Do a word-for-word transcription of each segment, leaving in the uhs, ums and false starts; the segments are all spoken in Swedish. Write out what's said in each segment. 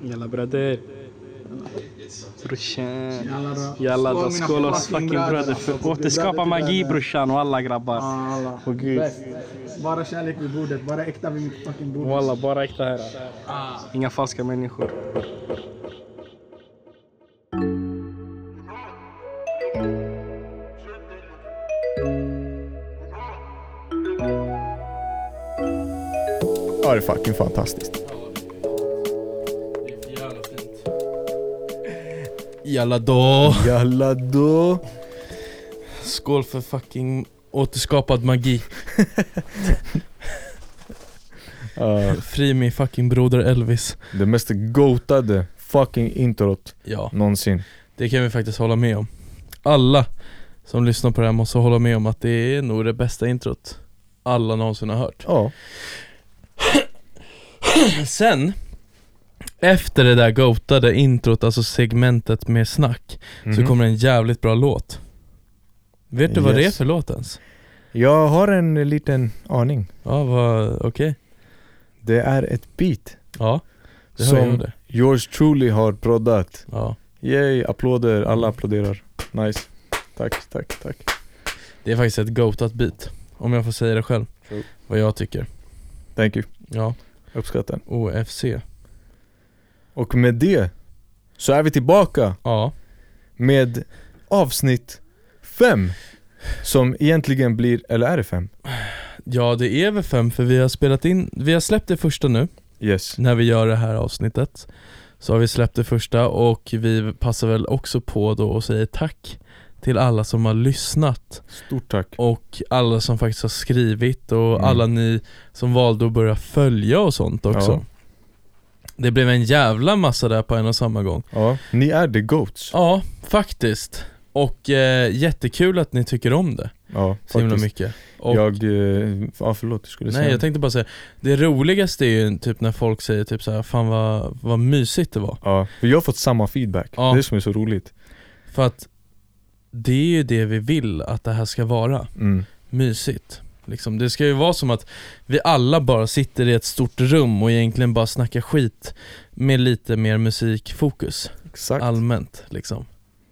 Jalla bröder. Brorsan. Jalla då. Jalla då. Skål, mina Skål oss fucking fucking bröder. bröder. För återskapa magi brorsan och alla grabbar. Alla. Och gud. Bäst. Bara kärlek vid bordet. Bara äkta vid mitt fucking bord. Walla, bara äkta här. Ah. Inga falska människor. Ja, det är fucking fantastiskt. Det är för jävla fint. Jalla då. Jalla då. Skål för fucking återskapad magi. uh, Fri min fucking broder Elvis. Det mest gotade fucking introt Ja, någonsin. det kan vi faktiskt hålla med om. Alla som lyssnar på det här måste hålla med om att det är nog det bästa introt alla någonsin har hört. Ja. Sen efter det där gotade introt, alltså segmentet med snack, Mhm. så kommer en jävligt bra låt. Vet du vad det är Yes. för låt ens? Jag har en liten aning. Ja, vad, okej. Okay. Det är ett beat Ja, det har jag som det. yours truly har proddat. Ja. Yay, applåder, alla applåderar. Nice. Tack, tack, tack. Det är faktiskt ett gotat beat, om jag får säga det själv. Jo. Vad jag tycker. Thank you. Ja, Uppskattar. O F C. Och med det så är vi tillbaka Ja. med avsnitt fem. Som egentligen blir, eller är det fem? Ja, det är väl fem, för vi har spelat in, vi har släppt det första nu. Yes. När vi gör det här avsnittet så har vi släppt det första, och vi passar väl också på då och säger tack till alla som har lyssnat. Stort tack. Och alla som faktiskt har skrivit, och Mm. alla ni som valde att börja följa och sånt också. Ja. Det blev en jävla massa där på en och samma gång. Ja, ni är the goats. Ja, faktiskt. Och eh, jättekul att ni tycker om det Ja, så himla faktiskt. mycket. Och, Jag, eh, ja förlåt, du skulle säga. nej, jag tänkte bara säga, det roligaste är ju typ när folk säger typ så här, fan vad, vad mysigt det var. Ja, för jag har fått samma feedback. Ja. Det är det som är så roligt. För att det är ju det vi vill att det här ska vara. Mm. Mysigt. Liksom, det ska ju vara som att vi alla bara sitter i ett stort rum och egentligen bara snackar skit med lite mer musikfokus. Exakt. Allmänt liksom.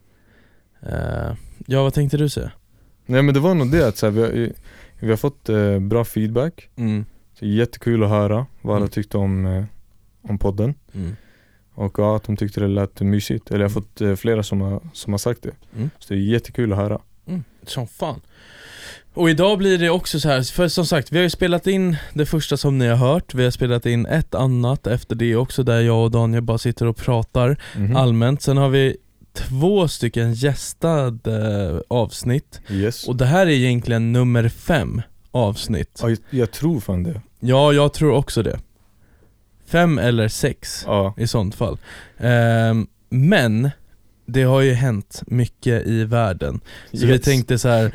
Uh, ja, vad tänkte du säga? Nej, men det var nog det att så här, vi, har, vi har fått eh, bra feedback. Mm. Så jättekul att höra vad alla Mm. tyckte om, eh, om podden. Mm. Och ja, att de tyckte det lät mysigt. Eller jag har fått eh, flera som har, som har sagt det. Mm. Så det är jättekul att höra. Mm. Som fan. Och idag blir det också så här, för som sagt, vi har ju spelat in det första som ni har hört. Vi har spelat in ett annat efter det också, där jag och Daniel bara sitter och pratar Mhm. allmänt. Sen har vi två stycken gästade avsnitt. Yes. Och det här är egentligen nummer fem avsnitt. Ja, jag, jag tror fan det. Ja, jag tror också det. Fem eller sex Ja. i sånt fall. Ehm, men det har ju hänt mycket i världen. Så vi Yes. tänkte så här.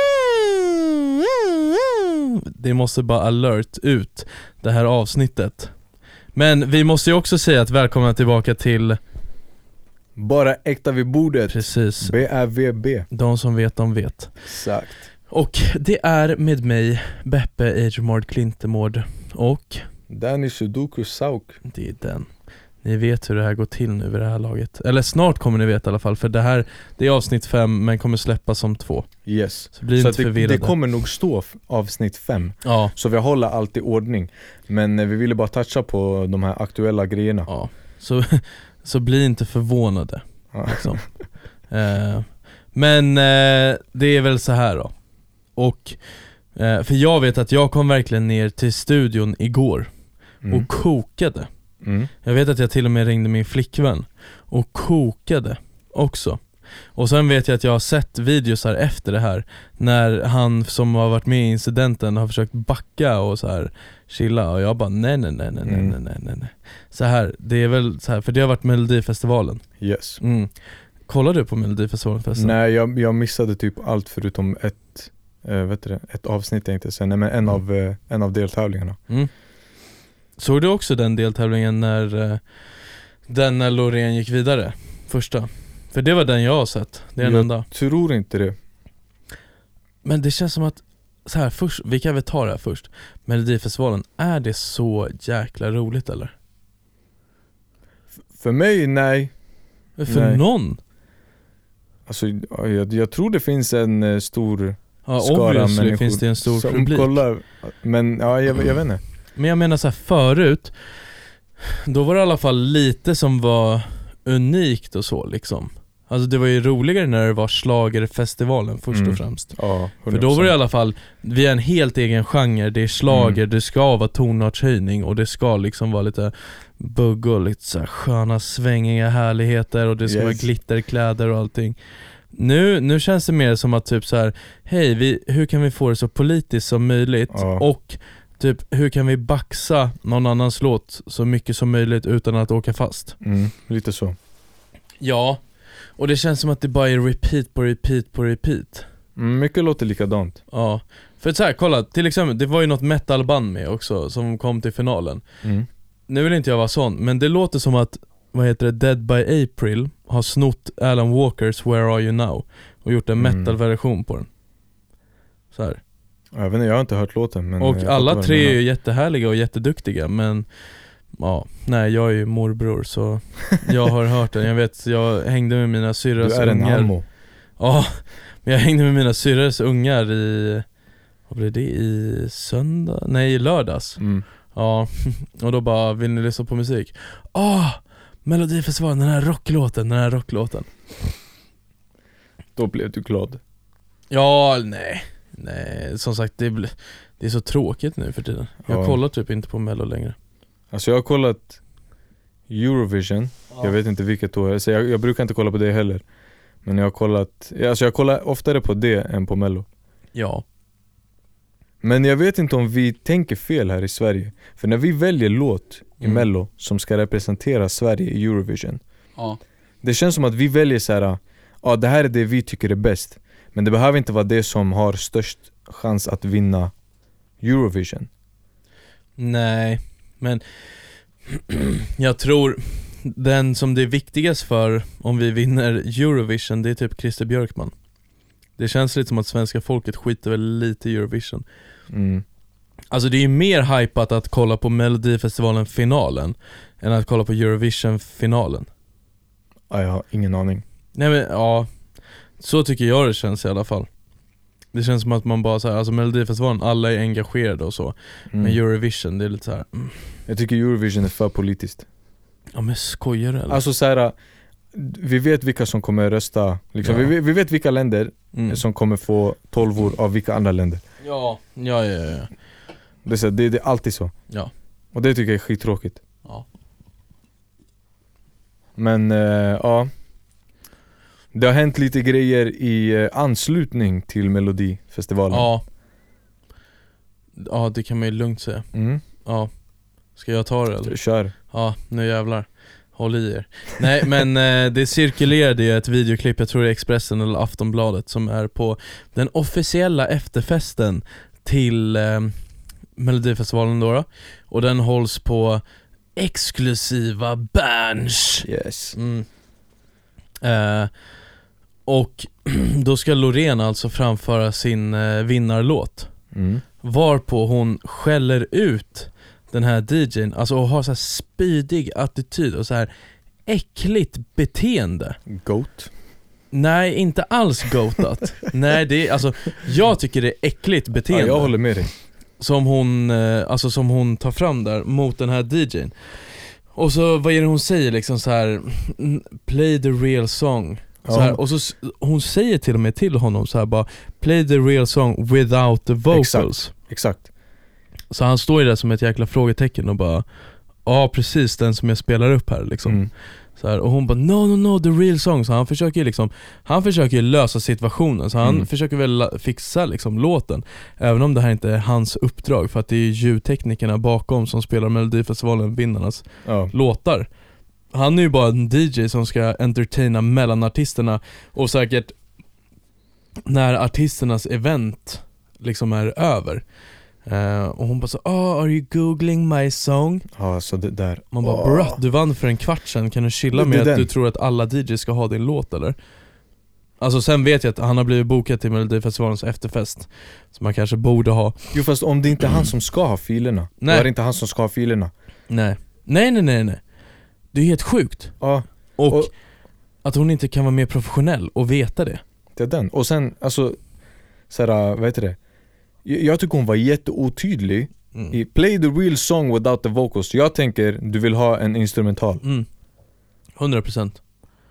Det måste bara alert ut det här avsnittet. Men vi måste ju också säga att välkomna tillbaka till, Bara äkta vid bordet. precis, B Ä V B. de som vet, de vet. Exakt. Och det är med mig, Beppe Ejermord Klintemord. Och Danny Sudoku Sauk. det är den. Ni vet hur det här går till nu vid det här laget. Eller snart kommer ni veta i alla fall. För det här, det är avsnitt fem, men kommer släppas som två. Yes. Så bli Så inte att det, förvirrade. det kommer nog stå f- avsnitt fem. Ja, Så vi håller allt i ordning. Men eh, vi ville bara toucha på de här aktuella grejerna. ja. Så, så bli inte förvånade. Ja. Liksom. eh, men eh, det är väl så här då. Och eh, för jag vet att jag kom verkligen ner till studion igår Mm. och kokade. Mm. Jag vet att jag till och med ringde min flickvän och kokade också. Och sen vet jag att jag har sett videos här efter det här, när han som har varit med i incidenten har försökt backa och så här chilla, och jag bara nej nej nej nej nej Mm. nej nej nej. Så här, det är väl så här, för det har varit Melodifestivalen. Yes. Mm. Kollar du på Melodifestivalen förresten? Nej, jag, jag missade typ allt förutom ett, eh, vet du det, ett avsnitt tänkte jag säga. Nej, men en, Mm. av, eh, en av deltävlingarna. Mm. Såg du också den deltävlingen när eh, den när Loreen gick vidare? Första. För det var den jag har sett. Det är den jag enda. tror inte det. Men det känns som att så här, först, vi kan väl ta det här först. Melodifestivalen, är det så jäkla roligt eller? För mig, nej. För Nej. någon? Alltså, jag, jag tror det finns en eh, stor Ja, skara obviously människor finns det en stor som publik. kollar. Men ja, jag, jag vet inte. Men jag menar så här, förut, då var det i alla fall lite som var unikt och så liksom. Alltså det var ju roligare när det var schlagerfestivalen först Mm. och främst. Ja, För då var det i alla fall, vi är en helt egen genre, det är schlager, Mm. det ska vara tonartshöjning och det ska liksom vara lite bugg och lite så här sköna svängiga härligheter och det ska Yes. vara glitterkläder och allting. Nu, nu känns det mer som att typ så här, hej, vi, hur kan vi få det så politiskt som möjligt Ja. och typ hur kan vi baxa någon annans låt så mycket som möjligt utan att åka fast. Mm, lite så. Ja, och det känns som att det bara är repeat på repeat på repeat. Mm, mycket låter likadant. Ja, för så här, kolla, till exempel, det var ju något metalband med också som kom till finalen. Mm. Nu vill inte jag vara sån, men det låter som att, vad heter det, Dead by April har snott Alan Walkers Where Are You Now och gjort en Mm. metalversion på den. Så här. Jag vet inte, jag har inte hört låten, men Och jag alla fattar vad du tre är menar. ju jättehärliga och jätteduktiga, men ja, nej, jag är ju morbror så jag har hört den. Jag vet, jag hängde med mina syrras Du är en ungar. ammo. Ja, men jag hängde med mina syrras ungar i, vad blev det, i söndag? Nej, i lördags. Mm. Ja, och då bara, vill ni lyssna på musik? Åh, Melodifestivalen, den här rocklåten, den här rocklåten. Då blev du glad. Ja, nej, nej, som sagt, det, bl- det är så tråkigt nu för tiden. Jag Ja. kollar typ inte på Mello längre. Alltså jag har kollat Eurovision. Jag vet inte vilket år. Alltså jag, jag brukar inte kolla på det heller. Men jag har kollat, alltså jag kollar oftare på det än på Mello. Ja. Men jag vet inte om vi tänker fel här i Sverige. För när vi väljer låt i Mm. Mello som ska representera Sverige i Eurovision, Ja. det känns som att vi väljer så här: ja, det här är det vi tycker är bäst. Men det behöver inte vara det som har störst chans att vinna Eurovision. Nej, men jag tror den som det är viktigast för om vi vinner Eurovision, det är typ Christer Björkman. Det känns lite som att svenska folket skiter väl lite i Eurovision. Mm. Alltså det är ju mer hypat att kolla på Melodifestivalen-finalen än att kolla på Eurovision-finalen. Ja, jag har ingen aning. Nej men ja, så tycker jag det känns i alla fall. Det känns som att man bara såhär, alltså Melodifestivalen, alla är engagerade och så. Mm. Men Eurovision, det är lite såhär, mm. Jag tycker Eurovision är för politiskt. Ja men skojar du eller? Alltså så här, vi vet vilka som kommer rösta liksom. Ja. vi, vi vet vilka länder mm. som kommer få tolvor av vilka andra länder. Ja, ja, ja, ja. Det är, så, det, det är alltid så. Ja. Och det tycker jag är skittråkigt. Ja. Men eh, ja, det har hänt lite grejer i eh, anslutning till Melodifestivalen. Ja. Ja, det kan man ju lugnt säga. Mm. Ja. Ska jag ta det eller? Kör. Ja, nu jävlar. Håll i er. Nej, men eh, det cirkulerade ju ett videoklipp, jag tror det är Expressen eller Aftonbladet, som är på den officiella efterfesten till eh, Melodifestivalen då, då. Och den hålls på exklusiva Berns. Yes. Mm. Eh, och då ska Loreen alltså framföra sin eh, vinnarlåt. Mm. Varpå hon skäller ut den här D J:n, alltså och har så här spydig attityd och så här äckligt beteende. Goat. Nej, inte alls goatat. Nej, det är, alltså jag tycker det är äckligt Ja, beteende. jag håller med dig. Som hon, eh, alltså som hon tar fram där mot den här D J:n. Och så, vad är det hon säger liksom så här, play the real song. Så Ja. här, och så s- hon säger till och med till honom så här bara, play the real song without the vocals. Exakt. Exakt. Så han står ju där som ett jäkla frågetecken och bara, ja precis den som jag spelar upp här liksom. Mm. Så här, och hon bara, no no no the real song. Så han försöker ju liksom, han försöker ju lösa situationen. Så han Mm. försöker väl la- fixa liksom låten. Även om det här inte är hans uppdrag, för att det är ljudteknikerna bakom som spelar Melodifestivalen vinnarnas Ja. låtar. Han är ju bara en D J som ska entertaina mellan artisterna. Och säkert när artisternas event liksom är över, uh, och hon bara så, oh, are you googling my song? Ja, så det där. Man bara, Åh. brött, du vann för en kvart sedan. Kan du chilla Det- med det är att den. du tror att alla D Js ska ha din låt eller? Alltså sen vet jag att han har blivit bokad till Melodifestivalens efterfest, som man kanske borde ha. Jo, fast om det inte är han som ska ha filerna, Nej. då är det inte han som ska ha filerna. Nej, nej, nej, nej, nej. Det är helt sjukt. Ja, Och, Och- att hon inte kan vara mer professionell och veta det. det är den. Och sen, alltså, såhär, vad heter det? Jag, jag tycker hon var jätteotydlig Mm. i Play the real song without the vocals. Jag tänker, du vill ha en instrumental. Mm. hundra procent.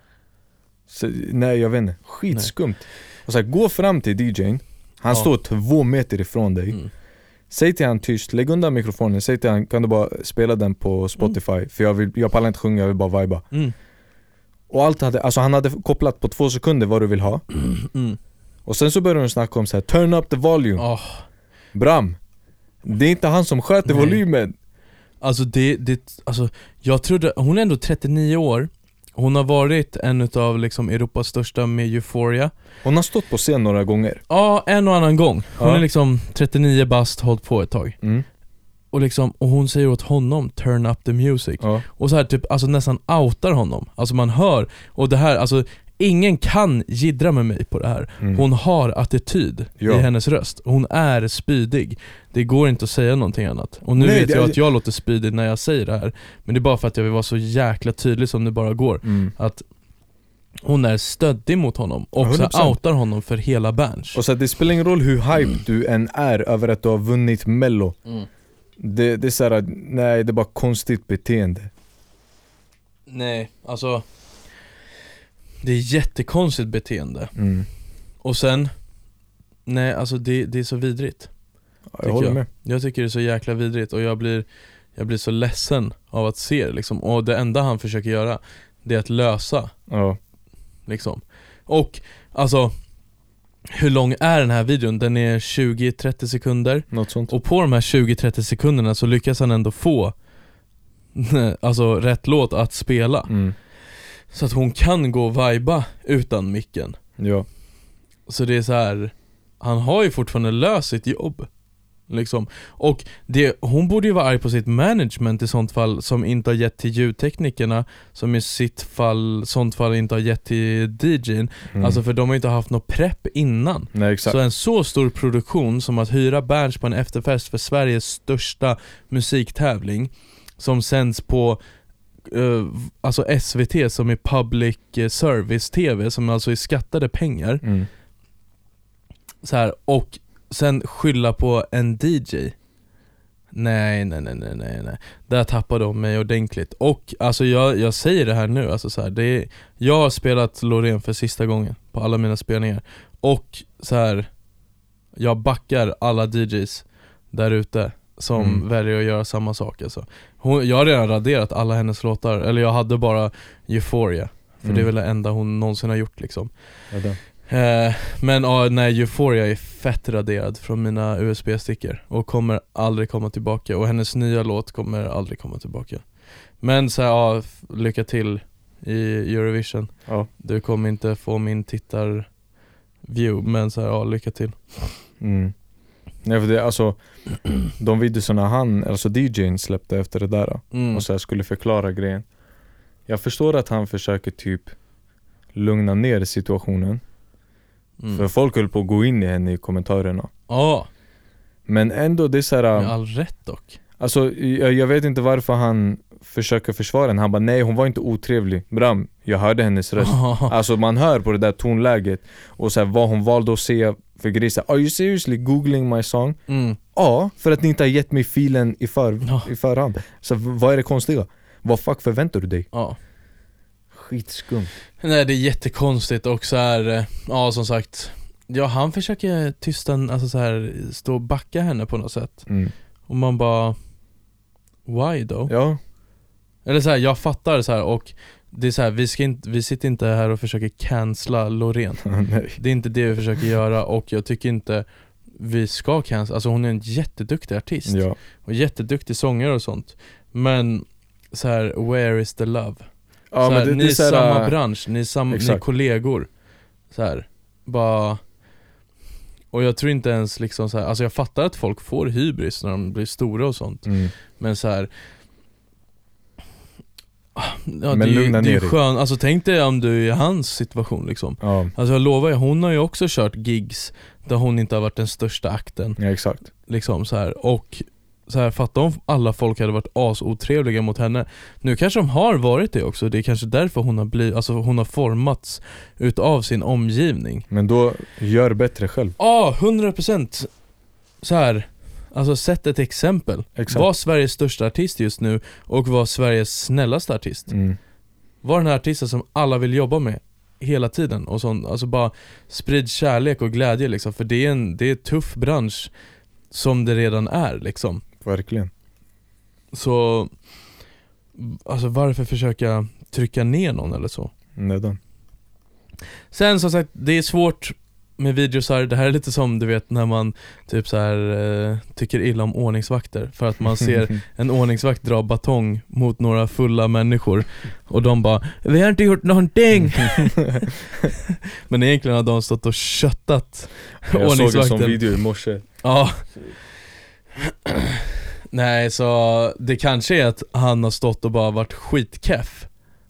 Så, nej, jag vet inte. Skitskumt. Och så här, gå fram till D J:n. Han Ja. står två meter ifrån dig. Mm. Säg till han tyst, lägg undan mikrofonen. Säg till han, kan du bara spela den på Spotify? Mm. För jag, vill, jag pallar inte sjunga, jag vill bara viba. Mm. Och allt hade, alltså han hade kopplat på två sekunder vad du vill ha. Mm. Och sen så började de snacka om så här: turn up the volume. Oh. Bram, det är inte han som sköter Nej. volymen. Alltså det, det, alltså jag trodde, hon är ändå trettionio år. Hon har varit en utav liksom Europas största med Euphoria. Hon har stått på scen några gånger. Ja, en och annan gång. Hon Ja. är liksom trettionio bast, hållit på ett tag. Mm. Och liksom, och hon säger åt honom, turn up the music. Ja. Och så här typ, alltså nästan outar honom. Alltså man hör, och det här, alltså ingen kan jiddra med mig på det här. Mm. Hon har attityd Ja. i hennes röst. Hon är spydig. Det går inte att säga någonting annat. Och nu Nej, vet det- jag att jag låter spydig när jag säger det här. Men det är bara för att jag vill vara så jäkla tydlig som det bara går. Mm. Att hon är stöddig mot honom och hundra så procent. outar honom för hela Berns. Och så att det spelar ingen roll hur hype du än är över att du har vunnit Mello. Mm. Det, det är såhär, nej det är bara konstigt beteende. Nej, alltså det är jättekonstigt beteende. Mm. Och sen, nej alltså det, det är så vidrigt. Ja, jag tycker håller jag. med. Jag tycker det är så jäkla vidrigt och jag blir, jag blir så ledsen av att se det liksom. Och det enda han försöker göra, det är att lösa Ja. liksom. Och alltså, hur lång är den här videon? Den är tjugo till trettio sekunder. Något sånt. Och på de här tjugo till trettio sekunderna så lyckas han ändå få alltså rätt låt att spela. Mm. Så att hon kan gå och viba utan micken. Ja. Så det är så här, han har ju fortfarande löst sitt jobb liksom. Och det, hon borde ju vara arg på sitt management i sånt fall, som inte har gett till ljudteknikerna, som i sitt fall, sånt fall inte har gett till D J:n. Mm. Alltså för de har inte haft något prepp innan. Nej, exakt. Så en så stor produktion som att hyra Berns på en efterfest för Sveriges största musiktävling, som sänds på uh, alltså S V T, som är public service tv, som alltså är skattade pengar. Mm. Så här, och sen skylla på en D J. Nej, nej, nej, nej, nej, nej. Där tappade de mig ordentligt. Och alltså jag, jag säger det här nu, alltså så här, det är, jag har spelat Loreen för sista gången på alla mina spelningar. Och så här, jag backar alla D Js där ute som Mm. väljer att göra samma sak alltså. Hon, jag har redan raderat alla hennes låtar, eller jag hade bara Euphoria. För Mm. det är väl det enda hon någonsin har gjort liksom. Ja, det. Eh, men ja, nej, Euphoria är fett raderad från mina U S B-stickor och kommer aldrig komma tillbaka. Och hennes nya låt kommer aldrig komma tillbaka. Men så här, ja, f- lycka till i Eurovision. Ja. Du kommer inte få min tittar-view, men så här, ja, lycka till. Mm. Nej, för det, alltså de videorna han, alltså D J:n släppte efter det där Mm. och så här skulle förklara grejen. Jag förstår att han försöker typ lugna ner situationen. Mm. För folk höll på att gå in i henne i kommentarerna. Ja, Men ändå det är så här, med all rätt dock. alltså jag, jag vet inte varför han försöker försvara henne. Han bara, nej hon var inte otrevlig. Bram, jag hörde hennes röst. Alltså man hör på det där tonläget. Och så här, vad hon valde att säga för grisar. Are you seriously googling my song? Mm. Ja, för att ni inte har gett mig filen i, för, Ja. i förhand. Så v- vad är det konstiga? Vad fuck förväntar du dig? Ja. Skitskum. Nej, det är jättekonstigt och så här, eh, ja som sagt, ja han försöker tysta, alltså så här, stå och backa henne på något sätt. Mm. Och man bara, why då? Ja. Eller så här, jag fattar så här, och det är så här, vi ska inte, vi sitter inte här och försöker cancella Loreen. Nej. Det är inte det vi försöker göra, och jag tycker inte vi ska cancella. Alltså hon är en jätteduktig artist Ja. och jätteduktig sångare och sånt. Men så här, where is the love? Ja, så men här, det, ni det är är så här, samma äh, bransch, ni är, sam- ni är exakt. kollegor. Så här, bara. Och jag tror inte ens liksom så här, alltså jag fattar att folk får hybris när de blir stora och sånt. Mm. Men så här. Ja, Men det är ju, lugna det är ner ju dig. skön, alltså tänk dig om du är i hans situation liksom. Ja. Alltså jag lovar, hon har ju också kört gigs där hon inte har varit den största akten Ja, exakt. liksom så här. Och så här, fatta om alla folk hade varit asotrevliga mot henne. Nu kanske de har varit det också. Det är kanske därför hon har blivit, alltså hon har formats utav sin omgivning. Men då gör bättre själv. Ja, ah, hundra procent. Så här, alltså sätt ett exempel. Exakt. Var Sveriges största artist just nu och var Sveriges snällaste artist. Mm. Var den här artisten som alla vill jobba med hela tiden och sånt, alltså bara sprid kärlek och glädje liksom, för det är en det är en tuff bransch som det redan är liksom. Verkligen. Så alltså varför försöka trycka ner någon eller så? Nedan. Sen som sagt, det är svårt med videos här. Det här är lite som du vet när man typ så här eh, tycker illa om ordningsvakter för att man ser en ordningsvakt dra batong mot några fulla människor och de bara, vi har inte gjort någonting. Men egentligen har de stått och köttat Jag ordningsvakten. såg en sån video i morse. Ja. Nej, så det kanske är att han har stått och bara varit skitkeff.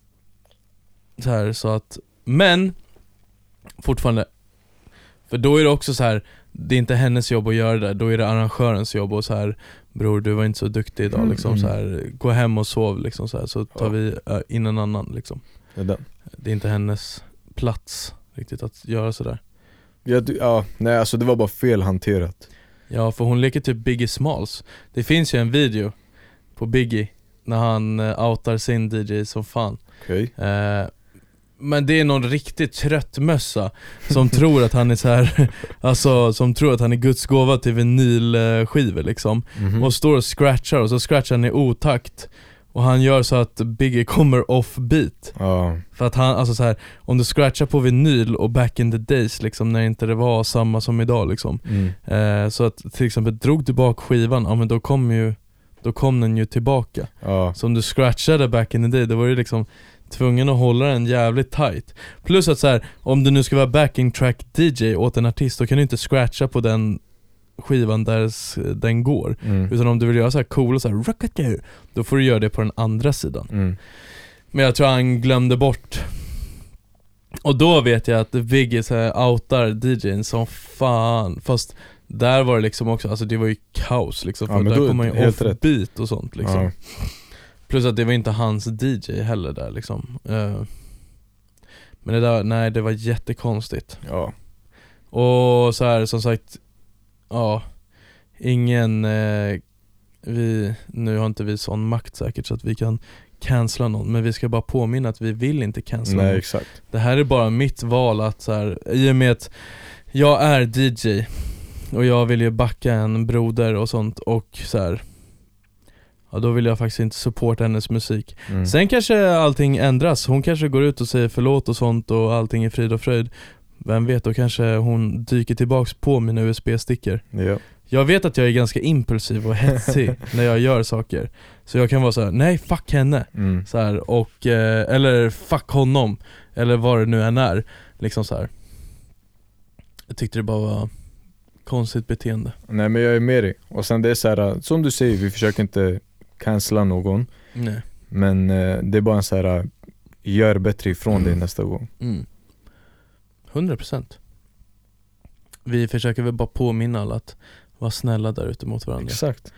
Så här, så att, men fortfarande, för då är det också så här, det är inte hennes jobb att göra det, då är det arrangörens jobb och så här, bror du var inte så duktig idag liksom, Mm. så här, gå hem och sov liksom, så här, så tar Ja. vi äh, in en annan liksom. Nedan. Det är inte hennes plats riktigt att göra sådär. Ja, du, ja, nej alltså det var bara fel hanterat. Ja, för hon leker typ Biggie Smalls. Det finns ju en video på Biggie när han uh, outar sin D J som fan. Okej. Okay. Uh, men det är någon riktigt trött mössa som tror att han är så här, alltså som tror att han är Guds gåva till vinylskivor liksom. Mhm. Och står och scratchar och så scratchar han i otakt. Och han gör så att Biggie kommer off beat. Ja. För att han, alltså så här, om du scratchar på vinyl och back in the days liksom, när inte det var samma som idag liksom. Mm. Eh, så att till exempel drog du bak skivan, ja men då kom ju då kom den ju tillbaka. Ja. Så om du scratchade back in the day, då var du liksom tvungen att hålla den jävligt tight. Plus att så här, om du nu ska vara backing track D J åt en artist, då kan du inte scratcha på den skivan där s- den går. Mm. Utan om du vill göra så här cool och så här rockatoo, då får du göra det på den andra sidan. Mm. Men jag tror han glömde bort. Och då vet jag att Biggie så här outar D J:n som fan. Fast där var det liksom också, alltså det var ju kaos liksom, Ja, för men där då- kom man ju helt rätt. off-beat och sånt liksom. Ja. Plus att det var inte hans D J heller där liksom. uh, Men det där, nej det var jättekonstigt. Ja. Och så här, som sagt, ja, ingen eh, vi, nu har inte vi sån makt säkert så att vi kan cancella någon, men vi ska bara påminna att vi vill inte cancella Nej, någon. exakt. Det här är bara mitt val att så här, i och med att jag är D J och jag vill ju backa en broder och sånt, och så här, ja, då vill jag faktiskt inte supporta hennes musik. Mm. Sen kanske allting ändras, hon kanske går ut och säger förlåt och sånt och allting är frid och fröjd. Vem vet, då kanske hon dyker tillbaks på mina U S B-stickor. Ja. Jag vet att jag är ganska impulsiv och hetsig när jag gör saker. Så jag kan vara så här: nej, fuck henne. Mm. Så här, och, eh, eller fuck honom. Eller vad det nu än är. Liksom så här. Jag tyckte det bara var konstigt beteende. Nej, men jag är med dig. Och sen det är så här, som du säger, vi försöker inte cancella någon. Nej. Men eh, det är bara en så här, gör bättre ifrån dig nästa gång. Mm. hundra procent. Vi försöker väl bara påminna alla att vara snälla där ute mot varandra. Exakt.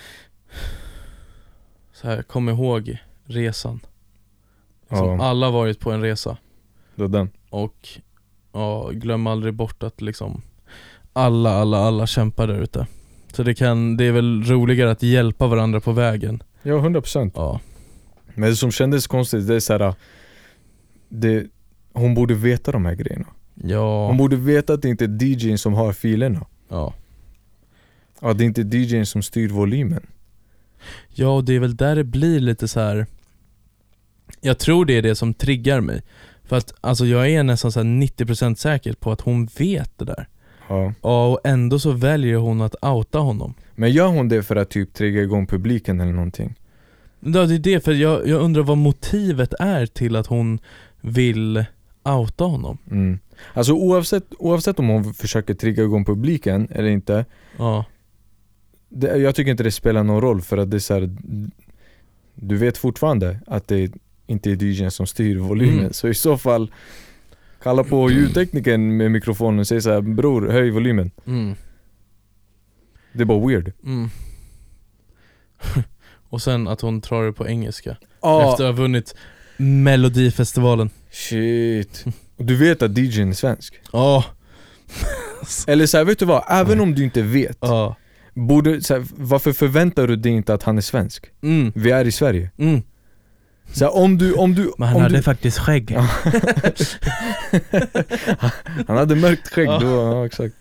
Så här, kom ihåg resan. Liksom, Ja. alla har varit på en resa. Då den. Och ja, glöm aldrig bort att liksom alla, alla, alla kämpar där ute. Så det kan, det är väl roligare att hjälpa varandra på vägen. Ja, hundra procent. Ja. Men det som kändes konstigt, det är så här, det, hon borde veta de här grejerna. Ja. Hon borde veta att det inte är D J:n som har filerna. Ja. Ja, det är inte D J:n som styr volymen. Ja, och det är väl där det blir lite så här. Jag tror det är det som triggar mig. För att alltså jag är nästan så här nittio procent säker på att hon vet det där. Ja. Ja, och ändå så väljer hon att outa honom. Men gör hon det för att typ trigga igång publiken eller någonting? Ja, det är det, för jag, jag undrar vad motivet är till att hon vill outa honom. Mm. Alltså oavsett, oavsett om hon försöker trigga igång publiken eller inte, Ja. det, jag tycker inte det spelar någon roll, för att det är så här, du vet fortfarande att det inte är D J:n som styr volymen. Mm. Så i så fall kalla på ljudtekniken med mikrofonen och säga så här: bror, höj volymen. Mm. Det är bara weird. Mm. Och sen att hon tar det på engelska. Ja, Efter att ha vunnit Melodifestivalen. shit. Och du vet att D J:n är svensk. Ja. Eller så här, vet du vad? Även om du inte vet, Ja. borde, så här, varför förväntar du dig inte att han är svensk? Mm. Vi är i Sverige. Mm. Så här, om du, om du, Men han om hade du, faktiskt skägg. han hade mörkt skägg Ja. då, ja, exakt.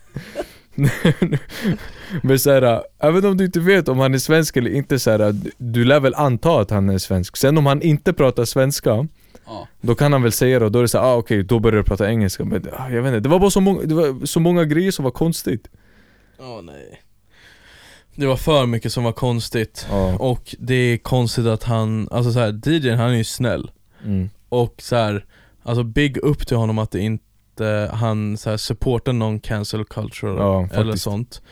Men så här, även om du inte vet om han är svensk eller inte, så här, du lär väl anta att han är svensk. Sen om han inte pratar svenska, Ja. då kan han väl säga det, och då är det så här, ah, okej, okay, då börjar du prata engelska. Men ah, jag vet inte, det var bara så många, det var så många grejer som var konstigt. Åh nej. Det var för mycket som var konstigt. Ja. Och det är konstigt att han, alltså så här, D J:n han är ju snäll. Mm. Och så här, alltså big upp till honom att det inte, han så här supportar någon cancel culture Ja, eller faktiskt. sånt.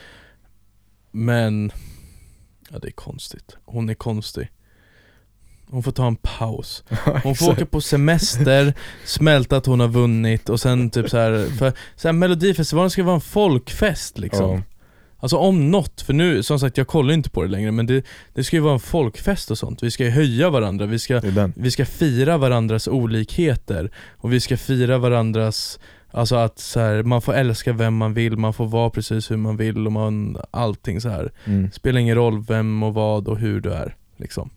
Men ja, det är konstigt. Hon är konstig. Hon får ta en paus. Hon får åka på semester, smälta att hon har vunnit. Och sen typ så här, för så här, Melodifestivalen ska vara en folkfest liksom. Ja. Alltså om något, för nu som sagt jag kollar inte på det längre, men det, det ska ju vara en folkfest och sånt. Vi ska ju höja varandra, vi ska, Det är den. vi ska fira varandras olikheter. Och vi ska fira varandras, alltså att så här, man får älska vem man vill, man får vara precis hur man vill, och man, allting så här. Mm. Spelar ingen roll vem och vad och hur du är liksom.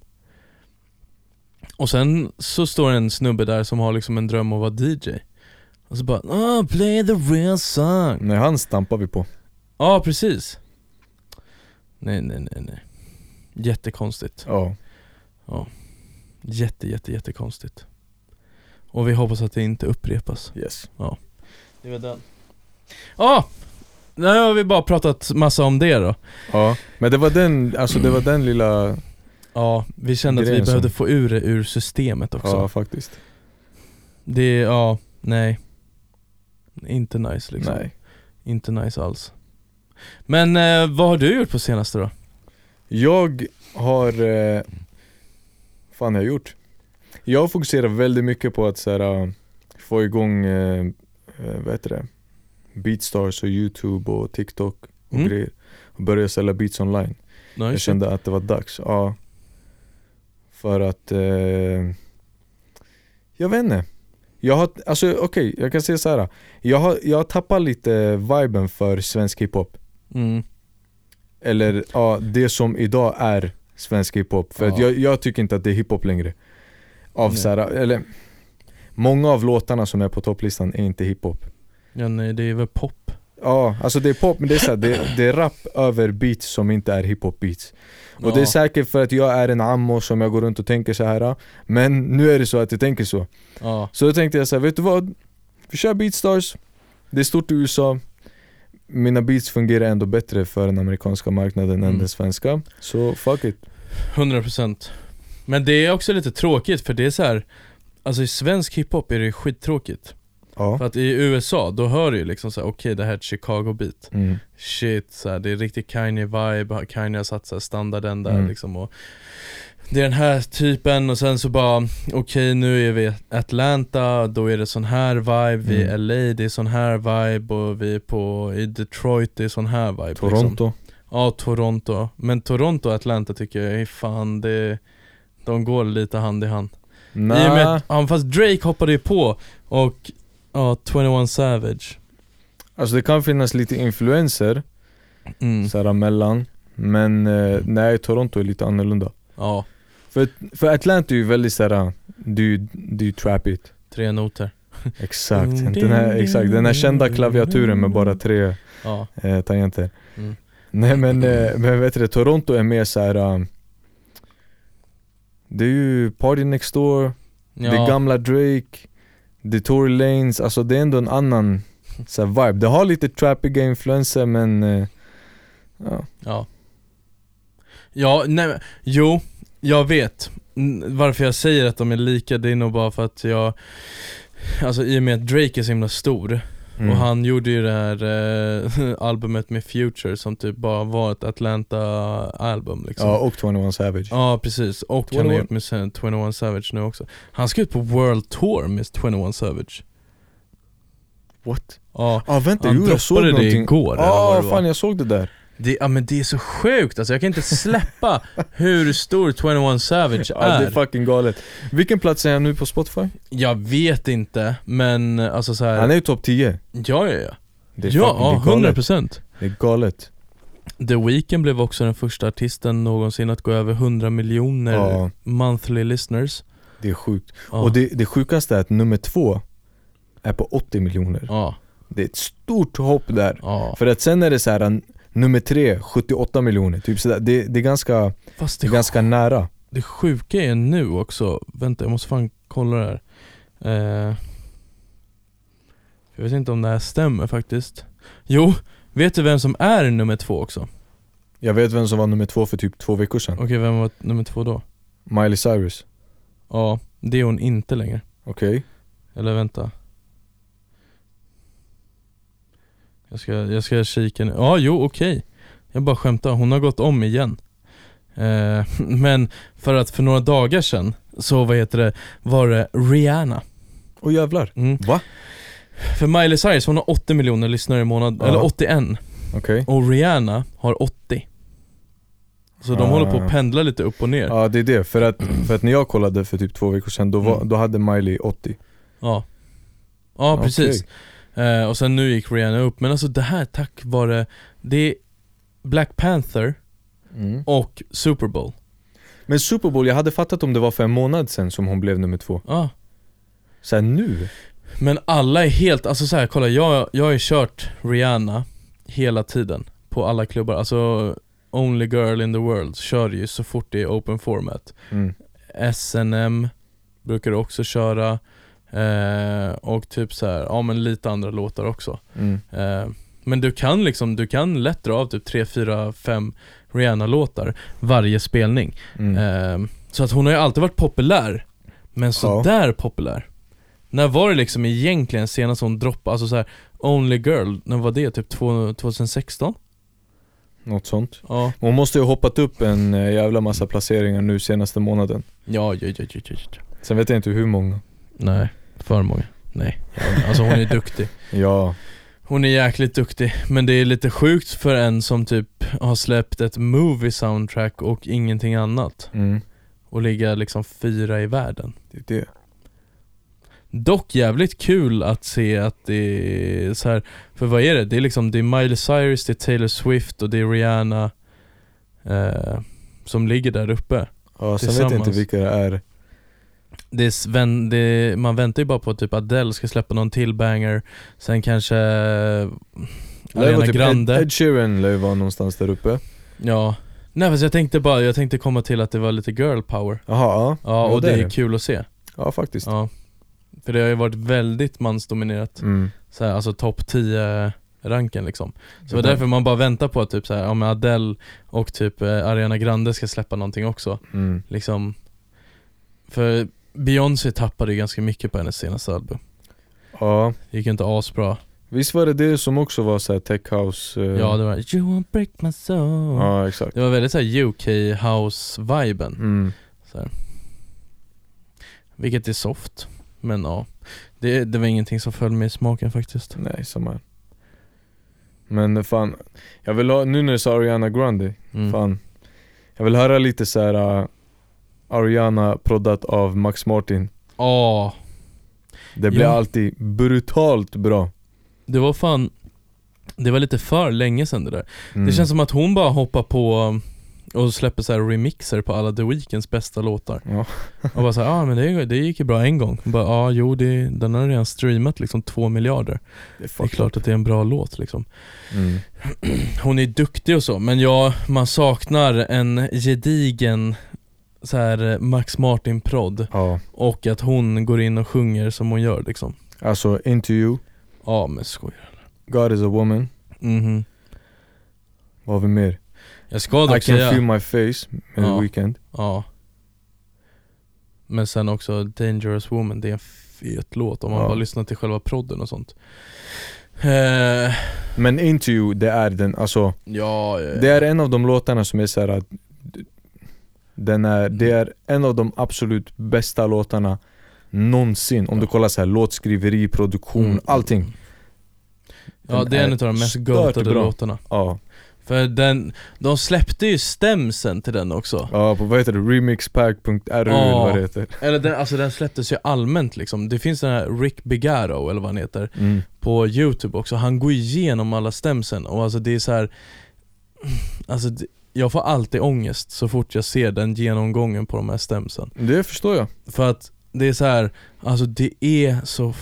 Och sen så står en snubbe där som har liksom en dröm om att vara D J. Och så bara, oh, play the real song. Nej, han stampar vi på. Ja, precis. Nej, nej, nej, nej. Jättekonstigt. Ja. Ja. Jätte, jätte, jättekonstigt. Och vi hoppas att det inte upprepas. Yes. Det var den. Ja, nu har vi bara pratat massa om det då. Ja, men det var den, alltså det var den lilla. Ja, vi kände att vi Grejen som- behövde få ur det ur systemet också. Ja, faktiskt. Det, ja, nej. Inte nice liksom. Nej. Inte nice alls. Men eh, vad har du gjort på senaste då? Jag har eh, fan har jag gjort? Jag fokuserar väldigt mycket på att så här, få igång eh, eh, vad heter det? Beatstars och YouTube och TikTok och Mm. grejer. Och börja sälja beats online. Nice. Jag kände att det var dags. Ja. För att eh, jag vet inte. Jag har, alltså okej, okay, jag kan säga så här. Jag har, jag har tappat lite viben för svensk hiphop. Mm. Eller ja, det som idag är svensk hiphop. För Ja. att jag, jag tycker inte att det är hiphop längre. Av Nej. så här, eller många av låtarna som är på topplistan är inte hiphop. Ja, nej, det är väl pop. Ja, alltså det är pop, men det är så här, det, det är rap över beats som inte är hiphop beats. Och Ja. det är säkert för att jag är en ammo som jag går runt och tänker så här. Men nu är det så att jag tänker så. Ja. Så då tänkte jag så här, vet du vad? Vi kör Beatstars. Det är stort i U S A. Mina beats fungerar ändå bättre för den amerikanska marknaden Mm. än den svenska. Så fuck it. hundra procent. Men det är också lite tråkigt, för det är så här. Alltså i svensk hiphop är det skittråkigt. Ja. För att i U S A, då hör du ju liksom så här, okej, okay, det här är ett Chicago beat. Mm. Shit, så här, det är riktigt Kanye-vibe. Kanye har satt så här standarden där Mm. liksom, och det är den här typen. Och sen så bara, okej, okay, nu är vi i Atlanta, då är det sån här vibe. Vi i Mm. L A, det är sån här vibe. Och vi är på, i Detroit, det är sån här vibe liksom. Toronto. Ja, Toronto. Men Toronto och Atlanta tycker jag är fan, det, de går lite hand i hand. I och med Nej. att, ja, fast Drake hoppade ju på. Och ja, twenty-one Savage. Alltså det kan finnas lite influenser Mm. så här mellan. Men eh, nej, Toronto är lite annorlunda. Ja, För, för Atlanta är ju väldigt såhär, det är ju- det är ju trappigt. tre noter. Exakt, den här, exakt, den här kända klaviaturen med bara tre Ja. eh, tangenter. Mm. Nej men, eh, men vet du, Toronto är mer såhär, um, det är ju Party Next Door, Ja. det är gamla Drake, det är Tory Lanez, alltså det är ändå en annan så här, vibe. Det har lite trappiga influenser men eh, ja. Ja. Ja, nej, men- jo, jag vet. N- Varför jag säger att de är lika, det är nog bara för att jag, alltså i och med att Drake är så himla stor. Mm. Och han gjorde ju det här eh, albumet med Future som typ bara var ett Atlanta-album liksom. Ja, och twenty-one Savage. Ja, precis. Och han har twenty-one gjort med sen twenty-one Savage nu också. Han ska ut på World Tour med twenty-one Savage. What? Ja, Ja ah, vänta, han jo, jag såg droppade det någonting. igår. eller Ja vad ah, det var. fan jag såg det där. Det, ja, men det är så sjukt, alltså jag kan inte släppa hur stor tjugoett Savage Ja, är. det är fucking galet. Vilken plats är han nu på Spotify? Jag vet inte, men alltså så här. Han är ju topp tio. Ja, ja, ja. Det är Ja, fucking- det är ja, hundra galet. procent. Det är galet. The Weeknd blev också den första artisten någonsin att gå över hundra miljoner Ja. monthly listeners. Det är sjukt. Ja. Och det, det sjukaste är att nummer två är på åttio miljoner. Ja, Det är ett stort hopp där. ja. För att sen är det så här n- nummer tre, sjuttioåtta miljoner. Typ sådär. Det, det är ganska, Fast det det, är ganska nära. det sjuka är nu också. Vänta, jag måste fan kolla det här. Eh, jag vet inte om det här stämmer faktiskt. Jo, vet du vem som är nummer två också? Jag vet vem som var nummer två för typ två veckor sedan. Okej, vem var nummer två då? Miley Cyrus. Ja, det är hon inte längre. Okej. Eller vänta. Jag ska, jag ska kika nu. Ja, jo, okej. Jag bara skämtar, hon har gått om igen. Eh, men för att för några dagar sedan så vad heter det, var det Rihanna. Åh jävlar. Mm. Va? För Miley Cyrus, hon har åttio miljoner lyssnare i månad, Ja. eller åttioen. Okej. Och Rihanna har åttio. Så de Ah. håller på att pendla lite upp och ner. Ja, det är det. För att, för att när jag kollade för typ två veckor sedan, då, var, Mm. då hade Miley åttio. Ja, ja precis. Okej. Eh, och sen nu gick Rihanna upp. Men alltså det här tack vare, det är Black Panther Mm. och Super Bowl. Men Super Bowl, jag hade fattat om det var för en månad sedan som hon blev nummer två. Ja. Så här nu? Men alla är helt, alltså så här, kolla, jag, jag har ju kört Rihanna hela tiden på alla klubbar. Alltså Only Girl in the World kör ju så fort det är open format. Mm. S and M brukar också köra. Eh, och typ så här, ja men lite andra låtar också. Mm. Eh, men du kan liksom, du kan lätt dra av typ tre, fyra, fem Rihanna-låtar varje spelning. Mm. Eh, så att hon har ju alltid varit populär. Men så Ja. där populär. När var det liksom egentligen senast hon droppade, alltså så här, Only Girl, när var det? Typ tjugohundrasexton? Något sånt. Ja. Hon måste ju ha hoppat upp en eh, jävla massa placeringar nu senaste månaden. Ja, ja, ja, ja, ja, ja. Sen vet jag inte hur många. Nej, för många. Nej, ja, alltså hon är duktig. Ja. Hon är jäkligt duktig. Men det är lite sjukt för en som typ har släppt ett movie soundtrack och ingenting annat. Mm. Och ligga liksom fyra i världen. Det är det. Dock jävligt kul att se att det är så här. För vad är det? Det är liksom, det är Miley Cyrus, det är Taylor Swift och det är Rihanna eh, som ligger där uppe. Ja, sen vet jag inte Tillsammans. vilka det är. Det är, Sven, det är, man väntar ju bara på att typ Adele ska släppa någon till banger. Sen kanske Lär Ariana vara typ Grande. Ed, Ed Sheeran lär ju vara någonstans där uppe. Ja. Nej, fast jag tänkte bara, jag tänkte komma till att det var lite girl power. Jaha, ja. Ja, och det det är är det. kul att se. Ja, faktiskt. Ja. För det har ju varit väldigt mansdominerat. Mm. Så här, alltså topp tio ranken liksom. Så det var Ja. därför man bara väntar på att typ så här, ja, men Adele och typ eh, Ariana Grande ska släppa någonting också. Mm. Liksom. För Beyoncé tappade ju ganska mycket på hennes senaste album. Ja. Det gick ju inte asbra. Visst var det det som också var så här tech house? eh, Ja, det var You won't break my soul. Ja, exakt. Det var väldigt så här U K house-viben. Mm. Så här. Vilket är soft. Men ja, det, det var ingenting som föll med i smaken faktiskt. Nej, samma här. Men fan, jag vill ha, nu när du sa Ariana Grande, Mm. fan, jag vill höra lite så här uh, Ariana proddat av Max Martin. Ja, Det blir Ja. alltid brutalt bra. det var fan, det var lite för länge sedan det där. Mm. Det känns som att hon bara hoppar på och släpper så här remixer på alla The Weeknds bästa låtar. Ja. Och bara såhär, ja ah, men det, det gick ju bra en gång. Bara, ja ah, jo, det, den har redan streamat liksom två miljarder. Det är, Det är klart att det är en bra låt liksom. Mm. Hon är duktig och så, men ja, man saknar en gedigen så här Max Martin-prodd. Ja. Och att hon går in och sjunger som hon gör liksom. Alltså, Into You, Ja, men skojar. God is a woman. Mhm. Vad har vi mer? Jag ska I dock can säga, feel my face med Ja. The Weeknd. ja. Men sen också Dangerous Woman, det är en fet låt om man Ja. bara lyssnar till själva prodden och sånt. Eh, Men Into You, det är den, alltså ja, ja, det är en av de låtarna som är så här att den är, det är en av de absolut bästa låtarna någonsin. Om du kollar så här låtskriveri, produktion, Mm. allting. Ja, Den det är en är av de mest stört gatade bra. låtarna. Ja. För den, de släppte ju stämsen till den också. Ja, på vad heter det? remixpack punkt r u Ja. eller vad det heter. Eller den, alltså den släpptes ju allmänt liksom. Det finns den här Rick Bigaro eller vad han heter Mm. på YouTube också. Han går igenom alla stämsen och alltså det är så här. Alltså det, jag får alltid ångest så fort jag ser den genomgången på de här stämsen. Det förstår jag. För att det är så här, alltså det är så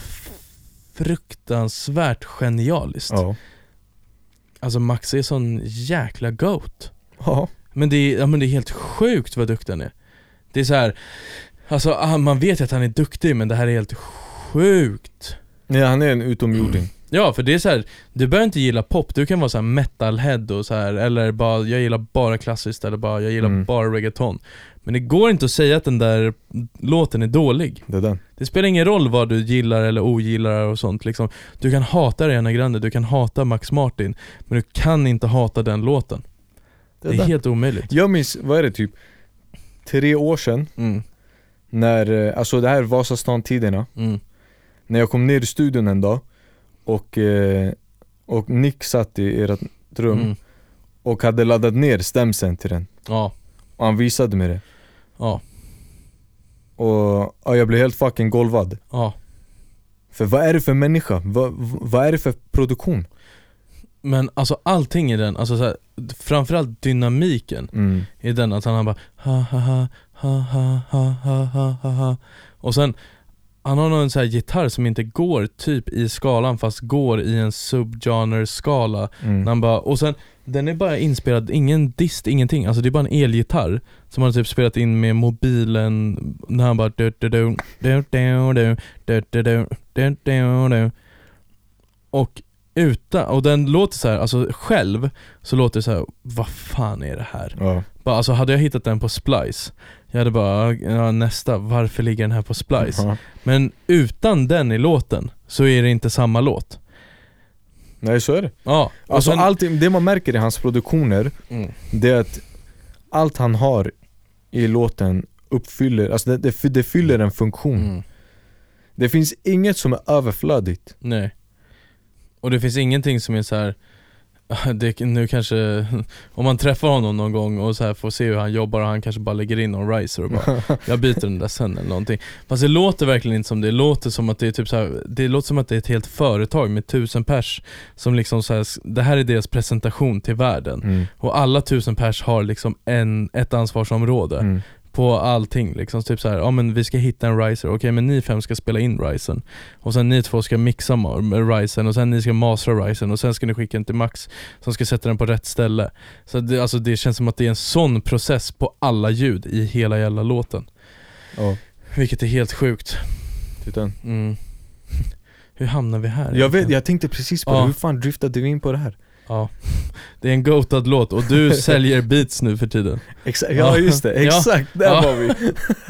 fruktansvärt genialiskt. Ja. Alltså Max är sån jäkla goat. Ja. Men det är, ja, men det är helt sjukt vad duktig han är. Det är så här, alltså ah, man vet ju att han är duktig, men det här är helt sjukt. Nej, han är en utomjording. Ja, för det är så här, du behöver inte gilla pop, du kan vara så här metalhead och så här, eller bara jag gillar bara klassiskt eller bara jag gillar Mm. bara reggaeton. Men det går inte att säga att den där låten är dålig. Det är den. Det spelar ingen roll vad du gillar eller ogillar och sånt liksom. Du kan hata Ariana Grande, du kan hata Max Martin, men du kan inte hata den låten. Det är, den. helt omöjligt. Jag minns, vad är det typ tre år sedan Mm. när, eh, alltså det här Vasastan-tiderna, Mm. när jag kom ner i studion en dag och, eh, och Nick satt i ert rum Mm. och hade laddat ner stämsen till den. Ja, Och han visade mig det. ja, Och ja, jag blev helt fucking golvad. ja. För vad är det för människa? Vad, vad är det för produktion? Men alltså allting i den, alltså så här, framförallt dynamiken Mm. i den, att han bara ha ha ha ha ha ha ha ha ha. Och sen han har någon så här gitarr som inte går typ i skalan fast går i en subgenre skala. Mm. Han bara, och sen den är bara inspelad, ingen dist, ingenting. Alltså det är bara en elgitarr som han typ spelat in med mobilen när han bara du du du du du du du du du du du. Och utan, och den låter så här, alltså själv så låter det så här, vad fan är det här? Ja. Bara, alltså hade jag hittat den på Splice, jag hade bara, ja, nästa, varför ligger den här på Splice? Ja. Men utan den i låten så är det inte samma låt. Nej, så är det. Ja, och Alltså sen, allting, det man märker i hans produktioner, mm, det är att allt han har i låten uppfyller, alltså det, det, det fyller en funktion. mm, Det finns inget som är överflödigt. nej. Och det finns ingenting som är så här. Det, nu kanske om man träffar honom någon gång och så här får se hur han jobbar och han kanske bara lägger in någon riser och bara jag byter den där sen eller någonting. Fast det låter verkligen inte som det. Det låter som att det är typ så här, det låter som att det är ett helt företag med tusen pers som liksom så här, det här är deras presentation till världen. Mm. Och alla tusen pers har liksom en, ett ansvarsområde Mm. på allting liksom, typ så här, ja men vi ska hitta en riser, okej okay, men ni fem ska spela in risen och sen ni två ska mixa ma- risen och sen ni ska mastra risen och sen ska ni skicka den till Max som ska sätta den på rätt ställe. Så det, alltså det känns som att det är en sån process på alla ljud i hela jävla låten. Ja, Vilket är helt sjukt. titta. Mm. Hur hamnar vi här? Jag vet, jag tänkte precis på Ja. det. Hur fan driftade vi in på det här? Ja. Det är en goatad låt och du säljer beats nu för tiden. Exakt, ja just det, exakt, där Ja. var vi.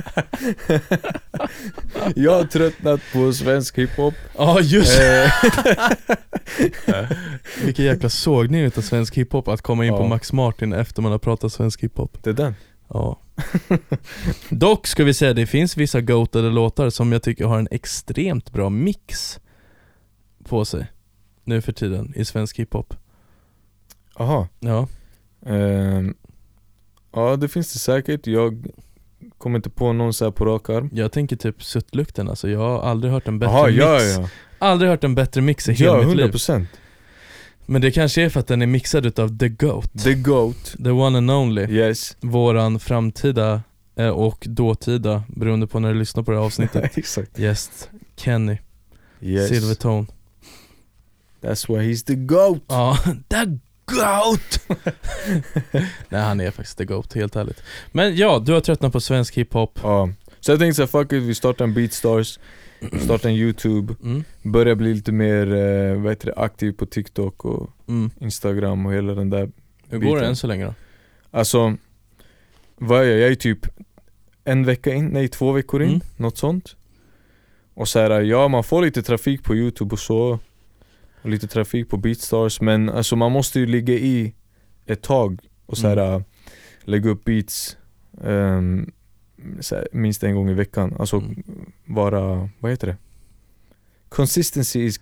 Jag har tröttnat på svensk hiphop. Ja just Eh, Vilken jäkla sågning utav svensk hiphop att komma in Ja. på Max Martin efter man har pratat svensk hiphop. Det är den. Ja. Dock ska vi säga, det finns vissa goatade låtar som jag tycker har en extremt bra mix på sig nu för tiden i svensk hiphop. Aha. Ja. Ehm, ja, det finns det säkert. Jag kommer inte på någon så här på rak arm. Jag tänker typ Suttlukten, alltså jag har aldrig hört en bättre Jaha, mix. ja, ja. Aldrig hört en bättre mix i hela Ja, mitt hundra liv. procent. Men det kanske är för att den är mixad utav The Goat. The GOAT. The one and only. Yes. Våran framtida eh, och dåtida, beroende på när du lyssnar på det här avsnittet. Exakt. Gäst Kenny Yes. Silvertone. That's why he's the GOAT. Ja, The Goat! Nej, han är faktiskt The Goat, helt ärligt. Men ja, du har tröttnat på svensk hiphop. Ja. Så jag tänkte så här, fuck it, vi startar en Beatstars, startar en YouTube, Mm, börjar bli lite mer eh, vad heter det, aktiv på TikTok och mm. Instagram och hela den där. Hur går det biten. än så länge då? Alltså, vad är jag? Jag är typ en vecka in, nej två veckor in, Mm. något sånt. Och så här, ja man får lite trafik på YouTube och så, och lite trafik på Beatstars, men alltså man måste ju ligga i ett tag och så här, Mm. lägga upp beats um, så här, minst en gång i veckan. Alltså Mm. vara, vad heter det? Consistency is key.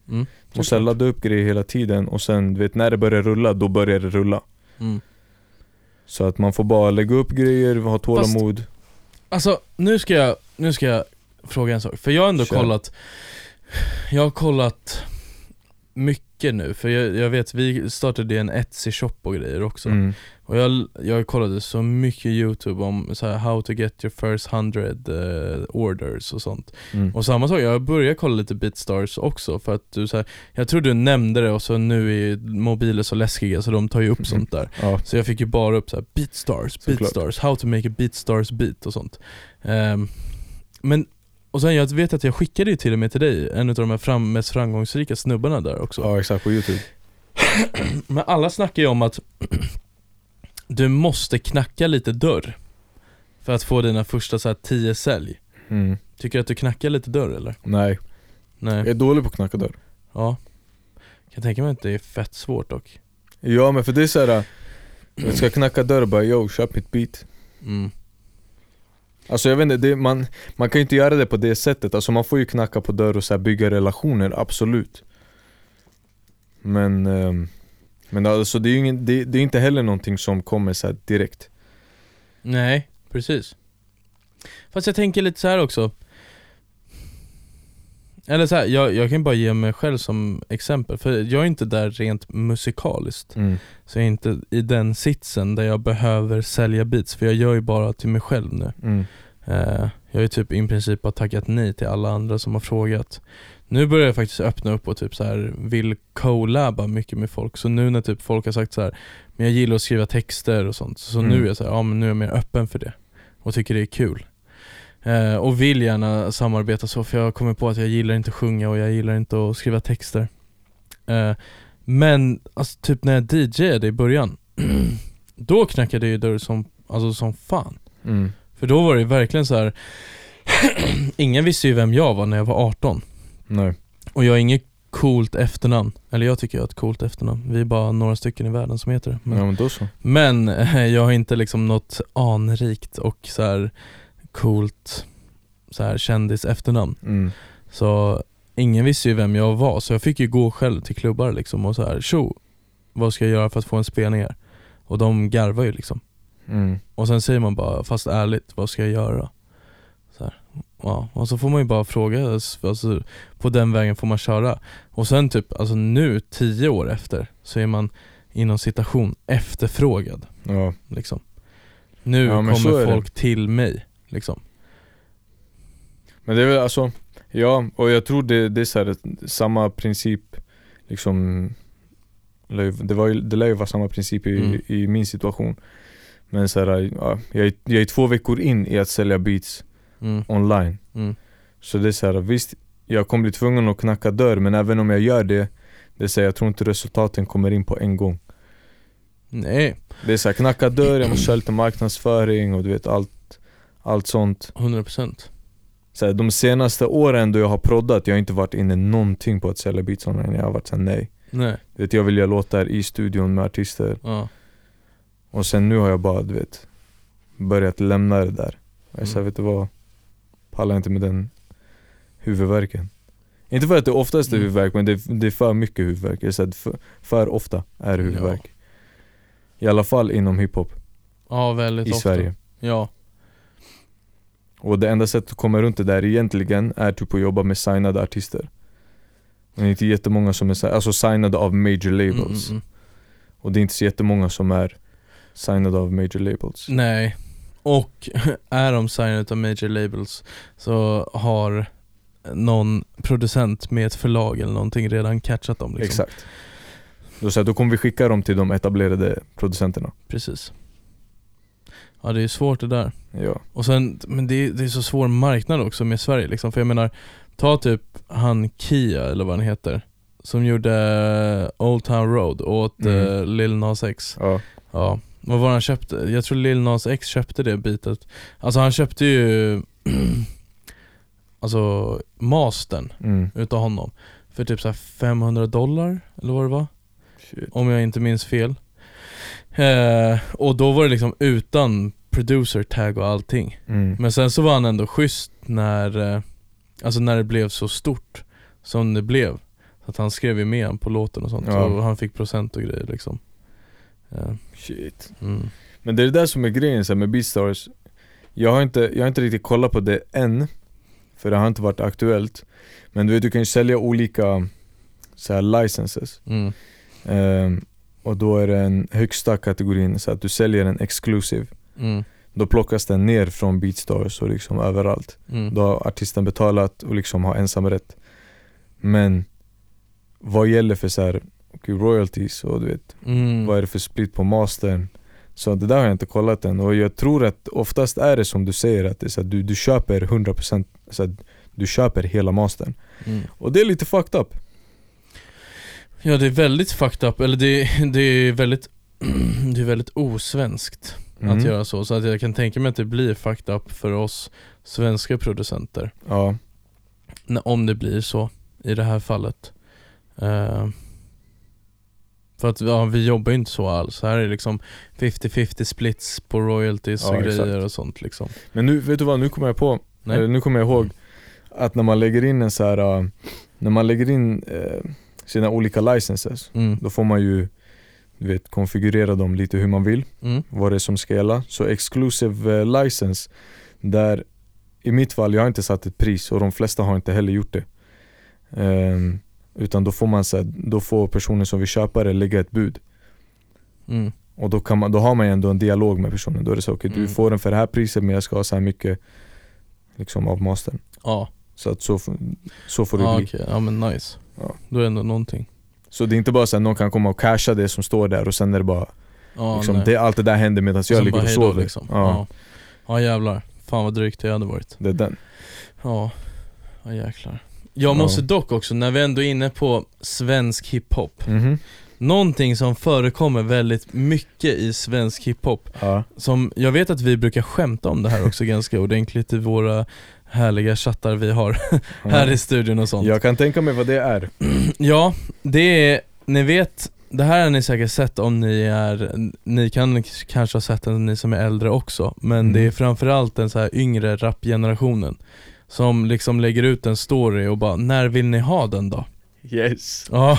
Mm. Du måste ladda upp grejer hela tiden. Och sen, du vet, när det börjar rulla, då börjar det rulla. Mm. Så att man får bara lägga upp grejer, ha tålamod. Fast, alltså, nu ska jag Nu ska jag fråga en sak. För jag har ändå Kör. kollat Jag har kollat mycket nu. För jag, jag vet, vi startade en Etsy-shop och grejer också. Mm. Och jag, jag kollade så mycket YouTube om så här, how to get your first hundred uh, orders och sånt. Mm. Och samma sak, jag började kolla lite BeatStars också. För att du så här, jag tror du nämnde det, och så nu är mobiler så läskiga så de tar ju upp mm. sånt där. Ja. Så jag fick ju bara upp så här, BeatStars, BeatStars, how to make a BeatStars beat och sånt. Um, men och sen jag vet att jag skickade ju till och med till dig en av de här fram, mest framgångsrika snubbarna där också. Ja, exakt, på YouTube. Men alla snackar ju om att du måste knacka lite dörr för att få dina första så här tio sälj. Mm. Tycker du att du knackar lite dörr eller? Nej. Nej. Jag är dålig på att knacka dörr. Ja. Jag tänker mig att det är fett svårt dock. Ja, men för det är så här. Jag ska knacka dörr och bara, yo, köp mitt beat. Mm. Alltså jag vet inte, det, man, man kan ju inte göra det på det sättet. Alltså man får ju knacka på dörr och så här bygga relationer, absolut. Men um, Men alltså det är ju ingen, det, det är inte heller någonting som kommer så här direkt. Nej, precis. Fast jag tänker lite så här också. Eller så här, jag, jag kan bara ge mig själv som exempel. För jag är inte där rent musikaliskt. Mm. Så jag är inte i den sitsen där jag behöver sälja beats. För jag gör ju bara till mig själv nu. Mm. uh, Jag har ju typ i princip har tackat nej till alla andra som har frågat. Nu börjar jag faktiskt öppna upp och typ så här vill collaba mycket med folk. Så nu när typ folk har sagt så här, men jag gillar att skriva texter och sånt. Så Mm. nu är jag så här, ja men nu är jag mer öppen för det. Och tycker det är kul. Uh, och vill gärna samarbeta så. För jag kommer på att jag gillar inte att sjunga och jag gillar inte att skriva texter. Uh, men alltså, typ när jag D J:ade i början då knackade jag ju dörr som, alltså, som fan. Mm. För då var det verkligen så här. Ingen visste ju vem jag var när jag var arton. Nej. Och jag har inget coolt efternamn. Eller jag tycker jag har ett coolt efternamn. Vi är bara några stycken i världen som heter det. Men, Ja, men då så. men jag har inte liksom något anrikt och så här coolt så här kändis efternamn. Mm. Så ingen visste ju vem jag var. Så jag fick ju gå själv till klubbar liksom och så här, tjo, vad ska jag göra för att få en spelning här? Och de garvar ju liksom. Mm. Och sen säger man bara, fast ärligt, vad ska jag göra? Så här. Ja, och så får man ju bara fråga, alltså, på den vägen får man köra. Och sen typ, alltså nu, tio år efter, så är man inom citation efterfrågad. Ja. Liksom. Nu Ja, men så kommer är det. folk till mig liksom. Men det är väl alltså, ja, och jag tror det, det är så här, samma princip liksom, det, var ju, det lär ju vara samma princip i, Mm. i min situation. Men så här, ja, jag, är, jag är två veckor in i att sälja beats Mm. online. Mm. Så det är så här, visst, jag kommer bli tvungen att knacka dörr, men även om jag gör det, det är så här, jag tror inte resultaten kommer in på en gång. Nej, Det är så här, knacka dörr, jag måste köra lite marknadsföring och du vet allt, allt sånt. hundra procent. Så här, de senaste åren då jag har proddat, jag har inte varit inne någonting på att sälja beats online. Jag har varit såhär, nej. Nej, Du vet, jag vill göra låtar i studion med artister. ja. Och sen nu har jag bara, du vet, börjat lämna det där. Och jag sa, Mm. vet du vad, pallar inte med den huvudvärken. Inte för att det oftast är Mm. huvudvärk, men det, det är för mycket huvudvärk. Jag säger, för, för ofta är det huvudvärk. I alla fall inom hiphop Ja, väldigt i ofta. Sverige. Ja. Och det enda sättet att komma runt det där egentligen är typ att jobba med signade artister. Men det är inte jättemånga som är si- alltså signade av major labels. Mm, mm, Och det är inte så jättemånga som är signade av major labels. mm. Nej. Och är de signade av major labels så har någon producent med ett förlag eller någonting redan catchat dem liksom. Exakt. Då, så här, då kommer vi skicka dem till de etablerade producenterna. Precis. Ja, det är svårt det där. Ja. Och sen, men det är, det är så svår marknad också med Sverige liksom. För jag menar, ta typ han Kia eller vad han heter, som gjorde Old Town Road åt Mm. uh, Lil Nas X. Ja. Ja, vad var han köpte? Jag tror Lil Nas X köpte det bitet. Alltså han köpte ju alltså mastern Mm. utav honom för typ så här femhundra dollar eller vad det var. Shit. Om jag inte minns fel. Eh, och då var det liksom utan producer tag och allting. Mm. Men sen så var han ändå schysst när eh, alltså när det blev så stort som det blev. Så att han skrev ju med han på låten och sånt. Ja. Och han fick procent och grejer liksom. Ja. Shit. Mm. Men det är det där som är grejen så här, med Beatstars. Jag har, inte, jag har inte riktigt kollat på det än, för det har inte varit aktuellt. Men du vet, du kan ju sälja olika så här, licenses. Mm. Um, och då är den högsta kategorin så att du säljer en exclusive. Mm. Då plockas den ner från Beatstars och liksom överallt. Mm. Då har artisten betalat och liksom har ensamrätt. Men vad gäller för så här, okay, royalties och du vet, Mm. vad är det för split på mastern? Så det där har jag inte kollat än. Och jag tror att oftast är det som du säger, att det är så att du, du köper hundra procent, så att du köper hela mastern. Mm. Och det är lite fucked up. Ja, det är väldigt fucked up. Eller det, det är väldigt det är väldigt osvenskt Mm. att göra så. Så att jag kan tänka mig att det blir fucked up för oss svenska producenter. Ja. N- Om det blir så i det här fallet. Eh, för att ja, vi jobbar ju inte så alls. Här är det liksom femtio femtio splits på royalties Ja, och grejer exakt. och sånt liksom. Men nu, vet du vad, nu kommer jag på Nej. eller, nu kommer jag ihåg att när man lägger in en så här uh, när man lägger in uh, sina olika licenses, Mm. då får man ju, du vet, konfigurera dem lite hur man vill, Mm. vad det är som ska gälla. Så exclusive uh, license, där i mitt fall, jag har inte satt ett pris och de flesta har inte heller gjort det. Um, utan då får man så här, då får personen som vill köpa det lägga ett bud. Mm. Och då, kan man, då har man ju ändå en dialog med personen. Då är det så, okej, okay, Mm. du får den för det här priset, men jag ska ha så här mycket liksom av mastern. Ja, Så att så, f- så får det ja bli. okej. Ja men nice. Ja. Då är det ändå någonting. Så det är inte bara så att någon kan komma och casha det som står där och sen är det bara Ja, liksom, nej. det, allt det där händer medan jag Sen ligger bara och hejdå, sover. liksom. Ja, Ja. Ja jävlar. Fan vad drygt det hade varit. det är den. Ja, ja jäklar. Jag Ja. måste dock också, när vi ändå är inne på svensk hiphop, Mhm. någonting som förekommer väldigt mycket i svensk hiphop, Ja. som jag vet att vi brukar skämta om det här också ganska ordentligt i våra härliga chattar vi har här i studion och sånt. Jag kan tänka mig vad det är. Ja, det är, ni vet, det här har ni säkert sett om ni är, ni kan kanske ha sett den, ni som är äldre också, men Mm. det är framförallt den så här yngre rapgenerationen som liksom lägger ut en story och bara, när vill ni ha den då? Yes. Ja.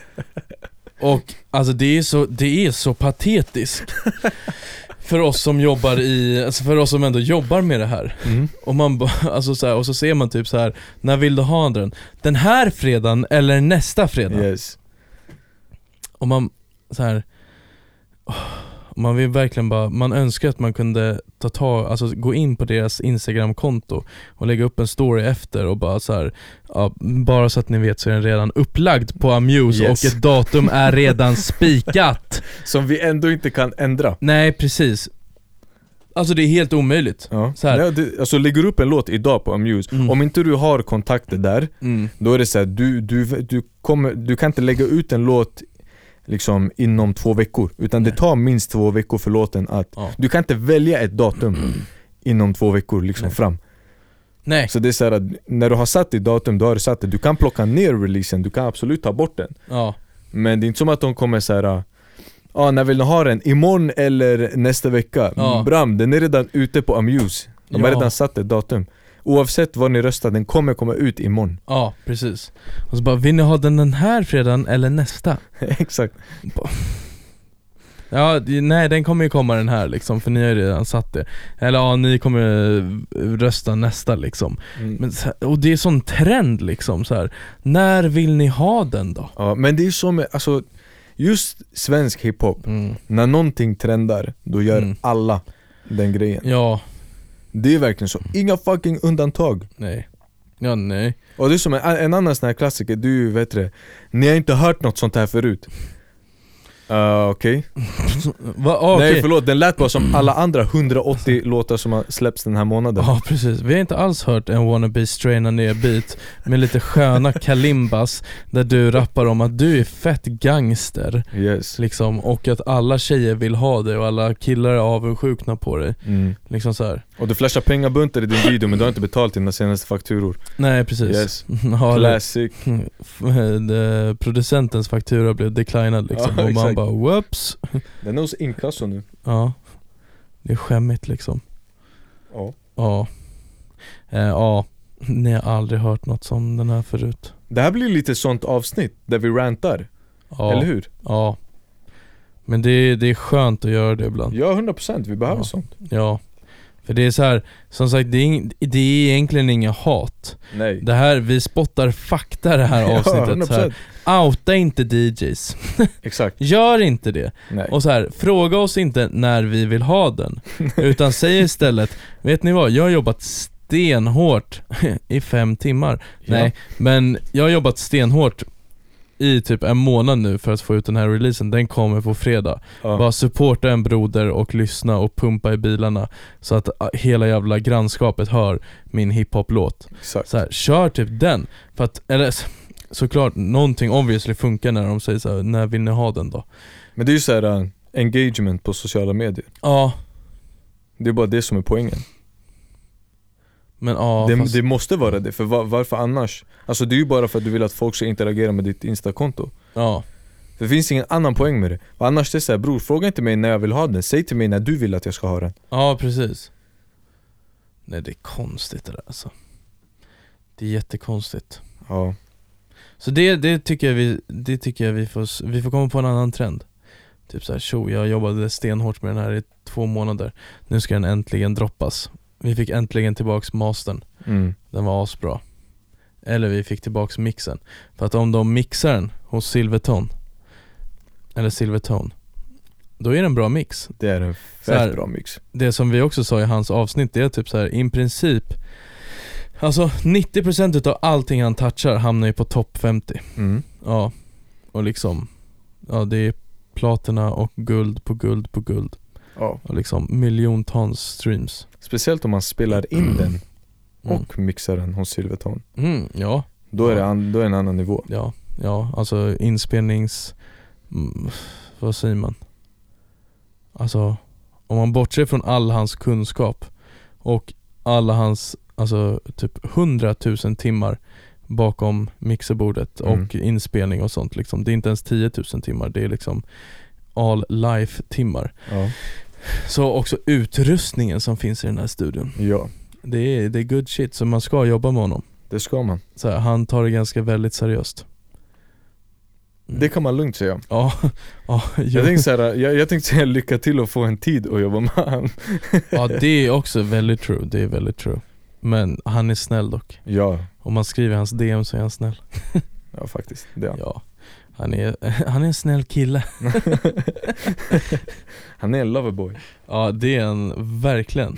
Och alltså det är så, det är så patetiskt för oss som jobbar i, alltså för oss som ändå jobbar med det här. Mm. Och man ba, alltså så här, och så ser man typ så här, när vill du ha den? Den här fredagen eller nästa fredag? Yes. Och man så här, åh, man vill verkligen bara, man önskar att man kunde ta tag, alltså gå in på deras Instagram-konto och lägga upp en story efter och bara så här, ja, bara så att ni vet så är den redan upplagd på Amuse. Yes. Och ett datum är redan spikat. Som vi ändå inte kan ändra. Nej, precis. Alltså det är helt omöjligt. Ja. Så här. Nej, det, alltså lägger du upp en låt idag på Amuse, Mm. om inte du har kontakter där, Mm. då är det så här, du, du, du, kommer, du kan inte lägga ut en låt liksom inom två veckor, utan det tar minst två veckor för låten att, Ja. du kan inte välja ett datum inom två veckor liksom Nej. fram. Nej. Så det är så här att när du har satt ditt datum, då har du satt det. Du kan plocka ner releasen, du kan absolut ta bort den. Ja. Men det är inte som att de kommer så här, ja ah, när vill ni ha den? Imorgon eller nästa vecka? Ja. Bram, den är redan ute på Amuse. De har Ja. redan satt ett datum. Oavsett vad ni röstar, den kommer komma ut imorgon. Ja, precis. Och så bara, vill ni ha den den här fredagen eller nästa? Exakt. Ja, det- nej den kommer ju komma den här liksom, för ni har ju redan satt det. Eller ja, ni kommer rösta nästa liksom. Mm. Men, så här- och det är sån trend liksom så här. När vill ni ha den då? Ja, men det är så med, alltså just svensk hiphop, Mm. när någonting trendar, då gör Mm. alla den grejen. Ja, Det är verkligen så, inga fucking undantag. nej. Ja, nej. Och det är som en, en annan sån här klassiker, du vet det, ni har inte hört något sånt här förut. Uh, Okej, Va, ah, nej okej. förlåt, den lät bara som alla andra hundraåttio låtar som har släppts den här månaden. Ja, precis. Vi har inte alls hört en wannabe straina ner beat med lite sköna kalimbas där du rappar om att du är fett gangster Yes. liksom, och att alla tjejer vill ha dig och alla killar är avundsjukna på dig. Mm. Liksom så här. Och du flashar pengabuntar i din video, men du har inte betalt dina senaste fakturor. Nej, precis. Yes. Ja, Classic. f- det- producentens faktura blev declinad liksom. Ja, och man exakt. bara whoops. Den är hos inkasso nu. Ja, det är skämmigt liksom. Ja. Ja. Eh, ja, ni har aldrig hört något som den här förut. Det här blir lite sånt avsnitt där vi rantar, Ja, eller hur? ja. Men det, det är skönt att göra det ibland. Ja, hundra procent, vi behöver Ja. sånt. Ja. För det är så här, som sagt, det är, ing, det är egentligen inga hat. Nej. Det här, vi spottar fakta det här Ja, avsnittet. hundra Så här, procent. outa inte D Js. Exakt. Gör inte det. Nej. Och så här, fråga oss inte när vi vill ha den. Utan säg istället, vet ni vad, jag har jobbat stenhårt i fem timmar. Ja. Nej, men jag har jobbat stenhårt i typ en månad nu för att få ut den här releasen. Den kommer på fredag. Ja. Bara supporta en broder och lyssna och pumpa i bilarna så att uh, hela jävla grannskapet hör min hiphop-låt. Exakt. Så här, kör typ den. För att, eller s- såklart, någonting obviously funkar när de säger så här, när vill ni ha den då? Men det är ju så här uh, engagement på sociala medier. Ja, Det är bara det som är poängen. men ja, det, fast, det måste vara det, för var, varför annars? Alltså det är ju bara för att du vill att folk ska interagera med ditt Insta-konto. ja, För det finns ingen annan poäng med det. Och annars det är så här, bror, fråga inte mig när jag vill ha den. Säg till mig när du vill att jag ska ha den. ja, precis. Nej, det är konstigt det där alltså. Det är jättekonstigt. Ja. Så det, det tycker jag vi, det tycker jag vi får, s- vi får komma på en annan trend. Typ såhär, tjo, jag jobbade stenhårt med den här i två månader. Nu ska den äntligen droppas. Vi fick äntligen tillbaks mastern. Mm. Den var asbra. Eller vi fick tillbaks mixen. För att om de mixar den hos Silvertone, eller Silvertone, då är det en bra mix. Det är en Så här- fett bra mix. Det som vi också sa i hans avsnitt, det är typ så här, i princip, alltså nittio procent utav allting han touchar hamnar ju på topp femtio. Mm. Ja, och liksom, ja, det är platina och guld på guld på guld. Ja. Och liksom miljontals streams. Speciellt om man spelar in den Mm. och mixar den hos Silvertone. Mm, ja, Då är det an, då är det en annan nivå. ja, ja, alltså inspelnings, mm, vad säger man? Alltså, om man bortser från all hans kunskap och alla hans, alltså typ hundratusen timmar bakom mixerbordet Mm. och inspelning och sånt liksom. Det är inte ens tiotusen timmar, det är liksom all life timmar. Ja. Så också utrustningen som finns i den här studion, Ja, det är, det är good shit, så man ska jobba med honom. det ska man. Så här, han tar det ganska väldigt seriöst. Mm. Det kan man lugnt säga. Ja, ja, Jag tänkte, så här, jag, jag tänkte säga lycka till att få en tid att jobba med han. ja, det är också väldigt true, det är väldigt true. Men han är snäll dock. Ja, Om man skriver hans D M så är han snäll. ja faktiskt. Det är han. Ja, han är, han är en snäll kille. Han är en loverboy. Ja, det är han verkligen.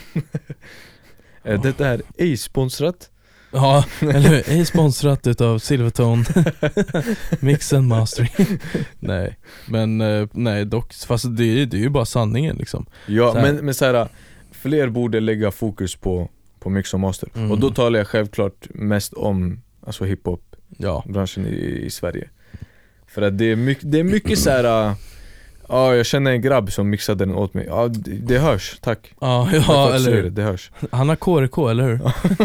Eh, Detta är ej sponsrat. Ja, eller hur? Är sponsrat utav Silvertone. Mix and mastering. Nej, men eh, nej dock, fast det, är- det är ju bara sanningen liksom. Ja, Så här. men, men så här, fler borde lägga fokus på, på mix och master. Mm. Och då talar jag självklart mest om alltså hiphop-branschen Ja, i, i Sverige. För att det är mycket, det är mycket så här. Ja, jag känner en grabb som mixade den åt mig. Ja, det, det hörs, tack. ja, Jag får ja inte eller säga det, hur? det hörs. Han har K R K, eller hur?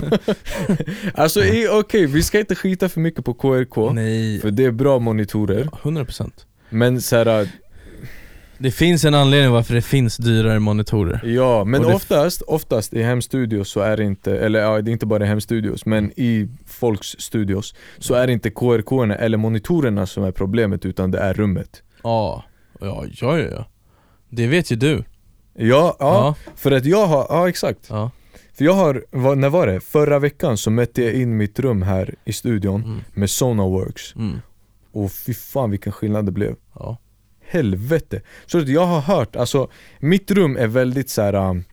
Alltså i- okej, vi ska inte skita för mycket på K R K. Nej, För det är bra monitorer. hundra procent. Men så här, Det finns en anledning varför det finns dyrare monitorer. ja, men Och det- oftast, oftast i hemstudios så är det inte, eller ja, det är inte bara i hemstudios, men i folks studios så är det inte K R K-erna eller monitorerna som är problemet, utan det är rummet. Ja, ja, ja, ja, ja. Det vet ju du. Ja, ja, för att jag har, ja exakt. Ja. För jag har, vad, när var det? Förra veckan så mätte jag in mitt rum här i studion Mm. med Sonarworks. Mm. Och fy fan vilken skillnad det blev. Ja. Helvete. Så att jag har hört, alltså mitt rum är väldigt så här. Um,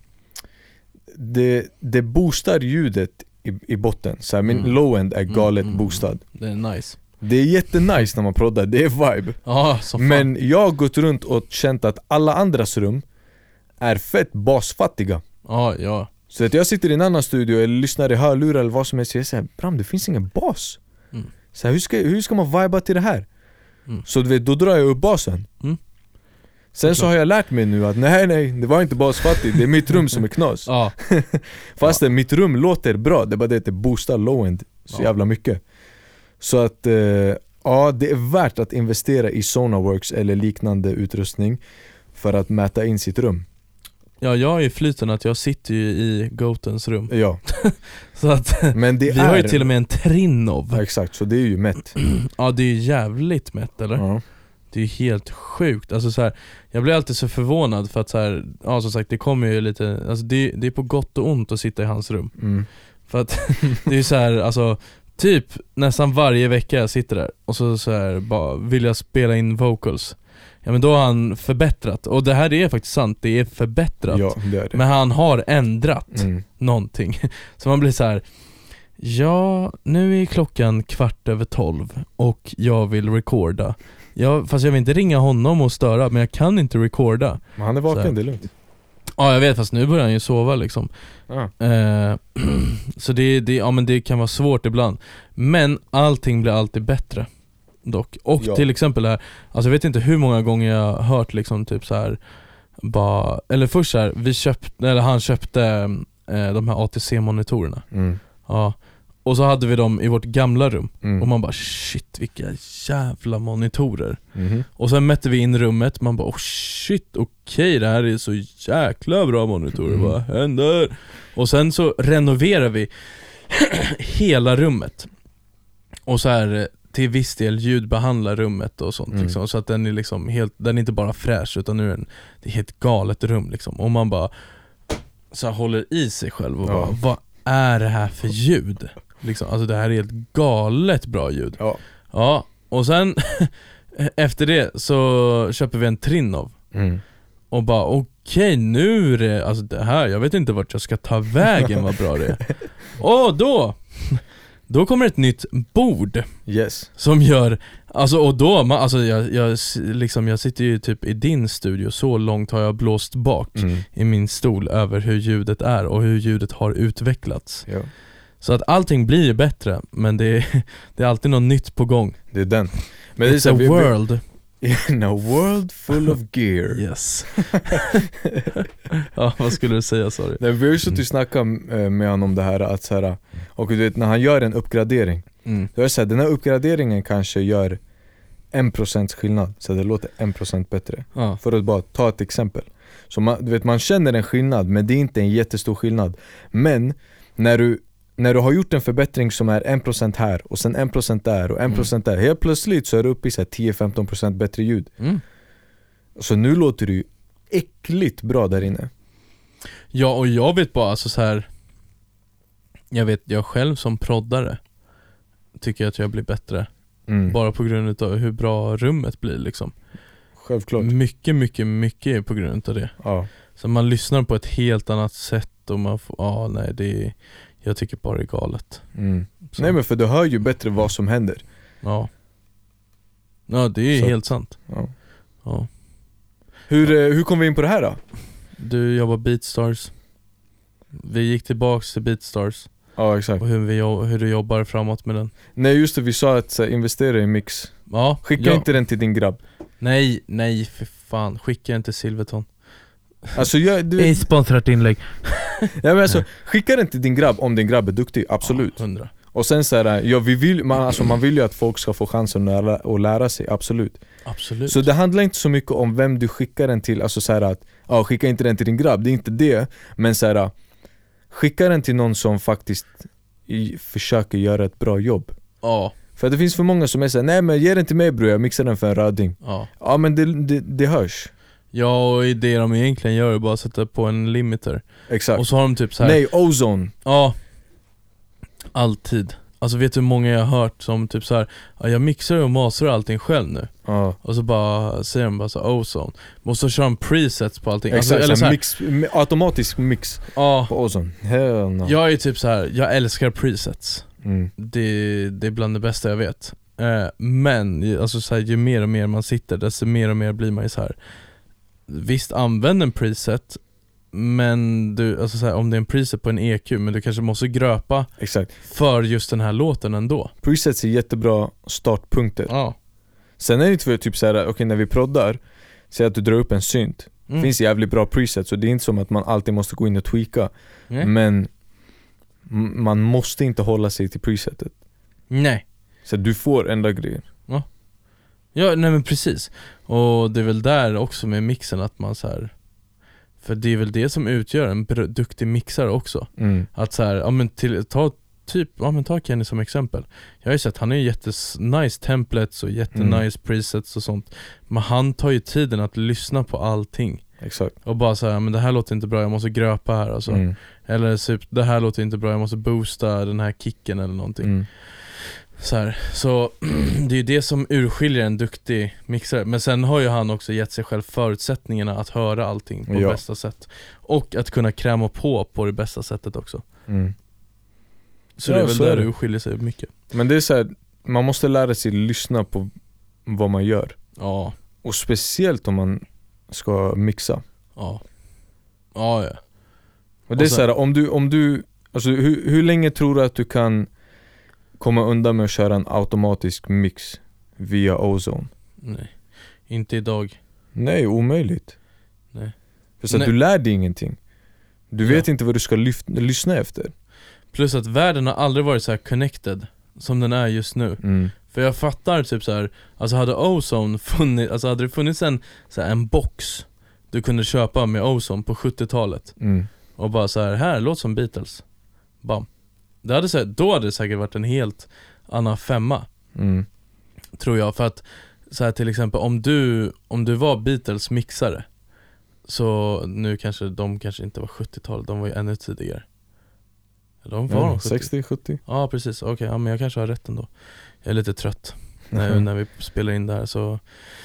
det, det boostar ljudet i, i botten. Så här, min Mm. low-end är galet Mm, mm, boostad. Det är nice. Det är jättenice när man proddar, det är vibe. Ja, så fan. Men jag har gått runt och känt att alla andras rum är fett basfattiga. Ja, ja. Så att jag sitter i en annan studio eller lyssnar i hörlurar eller vad som helst. Jag säger Bram, det finns ingen bas. Mm. Så här, hur, ska, hur ska man viba till det här? Mm. Så du vet, då drar jag upp basen. Mm. Sen så har jag lärt mig nu att nej nej, det var inte basfattigt. Det är mitt rum som är knas. Ja, Fast det, mitt rum låter bra. Det är bara det att det boostar low-end så Ja. jävla mycket. Så att eh, ja, det är värt att investera i Sonarworks eller liknande utrustning för att mäta in sitt rum. Ja, jag är i flyten att jag sitter ju i Gotens rum. Ja. Så att Men det vi är... har ju till och med en Trinov. Ja, exakt, så det är ju mätt. Ja, det är ju jävligt mätt, eller? Ja. Det är ju helt sjukt. Alltså så här, jag blir alltid så förvånad för att så här, ja som sagt, det kommer ju lite, alltså det, det är på gott och ont att sitta i hans rum. Mm. För att det är ju så här, alltså typ nästan varje vecka jag sitter där och så, så här, bara vill jag spela in vocals. Ja, men då har han förbättrat. Och det här är faktiskt sant, det är förbättrat. Ja, det är det. Men han har ändrat Mm. någonting. Så man blir så här: ja, nu är klockan kvart över tolv och jag vill recorda. Ja, fast jag vill inte ringa honom och störa, men jag kan inte recorda. Men han är Så här. vaken, det är lugnt. Ja, jag vet, fast nu börjar han ju sova liksom. Ja. Eh, så det, det, ja, men det kan vara svårt ibland. Men allting blir alltid bättre dock. Och Ja. till exempel här, alltså jag vet inte hur många gånger jag har hört liksom typ så här, bara, eller först så här, vi köpte, eller han köpte eh, de här A T C-monitorerna. Mm. Ja. Och så hade vi dem i vårt gamla rum. Mm. Och man bara shit, vilka jävla monitorer. Mhm. Och sen mätte vi in rummet. Man bara oh shit, okej, okay, det här är så jäkla bra monitorer. Mm. Vad händer? Och sen så renoverar vi hela rummet. Och så här till viss del ljudbehandlar rummet och sånt. Mm. Liksom, så att den är liksom helt, den är inte bara fräsch utan nu är den, det är helt galet rum liksom. Och man bara så här håller i sig själv och Ja. bara, vad är det här för ljud? Liksom, alltså det här är helt galet bra ljud. Ja. Ja, och sen efter det så köper vi en Trinov. Mm. Och bara okej, okay, nu är det, alltså det här, jag vet inte vart jag ska ta vägen vad bra det är. Och då Då kommer ett nytt bord Yes. som gör, alltså och då, man, alltså jag, jag, liksom, jag sitter ju typ i din studio, så långt har jag blåst bak Mm. i min stol över hur ljudet är och hur ljudet har utvecklats. Ja. Så att allting blir bättre, men det är, det är alltid något nytt på gång. Det är den. Men det är It's så a här, vi- vi- world. In a world full of gear. Yes. Ja, vad skulle du säga, sorry? Nej, vi har ju suttit och snackat eh, med honom om det här, att så här, och du vet när han gör en uppgradering, Mm. då är det så här, den här uppgraderingen kanske gör en procent skillnad, så det låter en procent bättre. Ja. För att bara ta ett exempel. Så man, du vet, man känner en skillnad, men det är inte en jättestor skillnad. Men när du, när du har gjort en förbättring som är en procent här och sen en procent där och en procent där, helt plötsligt så är du uppe i så här tio till femton procent bättre ljud. Mm. Så nu låter du ju äckligt bra där inne. Ja, och jag vet bara, alltså så här. Jag vet, jag själv som proddare tycker att jag blir bättre. Mm. Bara på grund av hur bra rummet blir liksom. Självklart. Mycket, mycket, mycket på grund av det. Ja. Så man lyssnar på ett helt annat sätt och man får, ja nej det är, jag tycker bara det är galet. Mm. Så, Nej, men för du hör ju bättre vad som händer. ja. Ja, det är Så- helt sant. Ja. Ja. Hur, eh, hur kom vi in på det här då? Du jobbar Beatstars. Vi gick tillbaks till Beatstars Ja, exakt. och hur, vi, jo- hur du jobbar framåt med den. Nej, just det, vi sa att så här, investera i mix. Ja, Skicka ja. inte den till din grabb. Nej, nej för fan. Skicka inte Silverton. Alltså, jag, du, Ej sponsrat inlägg. ja, men alltså, skicka den till din grabb om din grabb är duktig, absolut. Ja, hundra. Och sen så här, ja, vi vill, man, alltså, man vill ju att folk ska få chansen att lära, att lära sig, absolut. Absolut. Så det handlar inte så mycket om vem du skickar den till, alltså så här att, ja, skicka inte den till din grabb, det är inte det. Men så här, skicka den till någon som faktiskt i, försöker göra ett bra jobb. Ja, För det finns för många som är såhär, nej men ge den till mig bror, jag mixar den för en röding. ja. Ja men det, det, det hörs. Ja, och det de egentligen gör är bara att sätta på en limiter. Exakt. Och så har de typ så här. Nej, ozone. Ja. Alltid. Alltså vet du hur många jag har hört som typ så här, ja, jag mixar och masterar allting själv nu. Ja. Och så bara säger de bara så ozone. Måste köra en presets på allting. Alltså, Exakt, eller så här, mix, automatisk mix ja. på ozone. Hell no. Jag är typ så här, jag älskar presets. Mm. Det, det är bland det bästa jag vet. eh, Men alltså så här, ju mer och mer man sitter, desto mer och mer blir man ju så här. Visst, använd en preset, men du, alltså så här, om det är en preset på en E Q, men du kanske måste gröpa Exakt. för just den här låten ändå. Presets är jättebra startpunkter. Ja. Sen är det inte för typ såhär, okej okay, när vi proddar, säg att du drar upp en synt. Mm. Det finns jävligt bra presets, så det är inte som att man alltid måste gå in och tweaka. Nej. Men m- man måste inte hålla sig till presetet. Nej. Så du får ändra grejer. Ja, nej men precis. Och det är väl där också med mixen att man så här För det är väl det som utgör en br- duktig mixare också. Mm. Att så här, ja men till, ta typ, ja men ta Kenny som exempel. Jag har ju sett, han har ju jättenice templates och jättenice Mm. presets och sånt. Men han tar ju tiden att lyssna på allting. Exakt. Och bara så här, men det här låter inte bra, jag måste gröpa här alltså. Mm. Eller typ, det här låter inte bra, jag måste boosta den här kicken eller någonting. Mm. Så här, så det är ju det som urskiljer en duktig mixare. Men sen har ju han också gett sig själv förutsättningarna att höra allting på Ja. bästa sätt. Och att kunna kräma på på det bästa sättet också. Mm. Så Ja, det är väl så där är det. det urskiljer sig mycket. Men det är så här, man måste lära sig lyssna på vad man gör. Ja, Och speciellt om man ska mixa. ja. Ja, ja. Och det är Och sen- så här, om du, om du alltså hur, hur länge tror du att du kan komma undan med att köra en automatisk mix via Ozone? Nej, inte idag. Nej, omöjligt. Nej. För så att Nej. du lär dig ingenting. Du Ja. vet inte vad du ska lyft, lyssna efter. Plus att världen har aldrig varit så här connected som den är just nu. Mm. För jag fattar typ så här, alltså hade Ozone funnits, alltså hade det funnits en, så här, en box du kunde köpa med Ozone på sjuttiotalet Mm. och bara så här, här låt som Beatles. Bam. Det hade, så här, då hade det säkert varit en helt annan femma, Mm. tror jag. För att så här, till exempel om du om du var Beatles mixare, så nu kanske de kanske inte var sjuttiotalet, de var ju ännu tidigare. De var Ja, de sjuttio. sextio sjuttio. Ja, precis. Okej, ja, men jag kanske har rätt ändå. Jag är lite trött när, när vi spelar in det här, så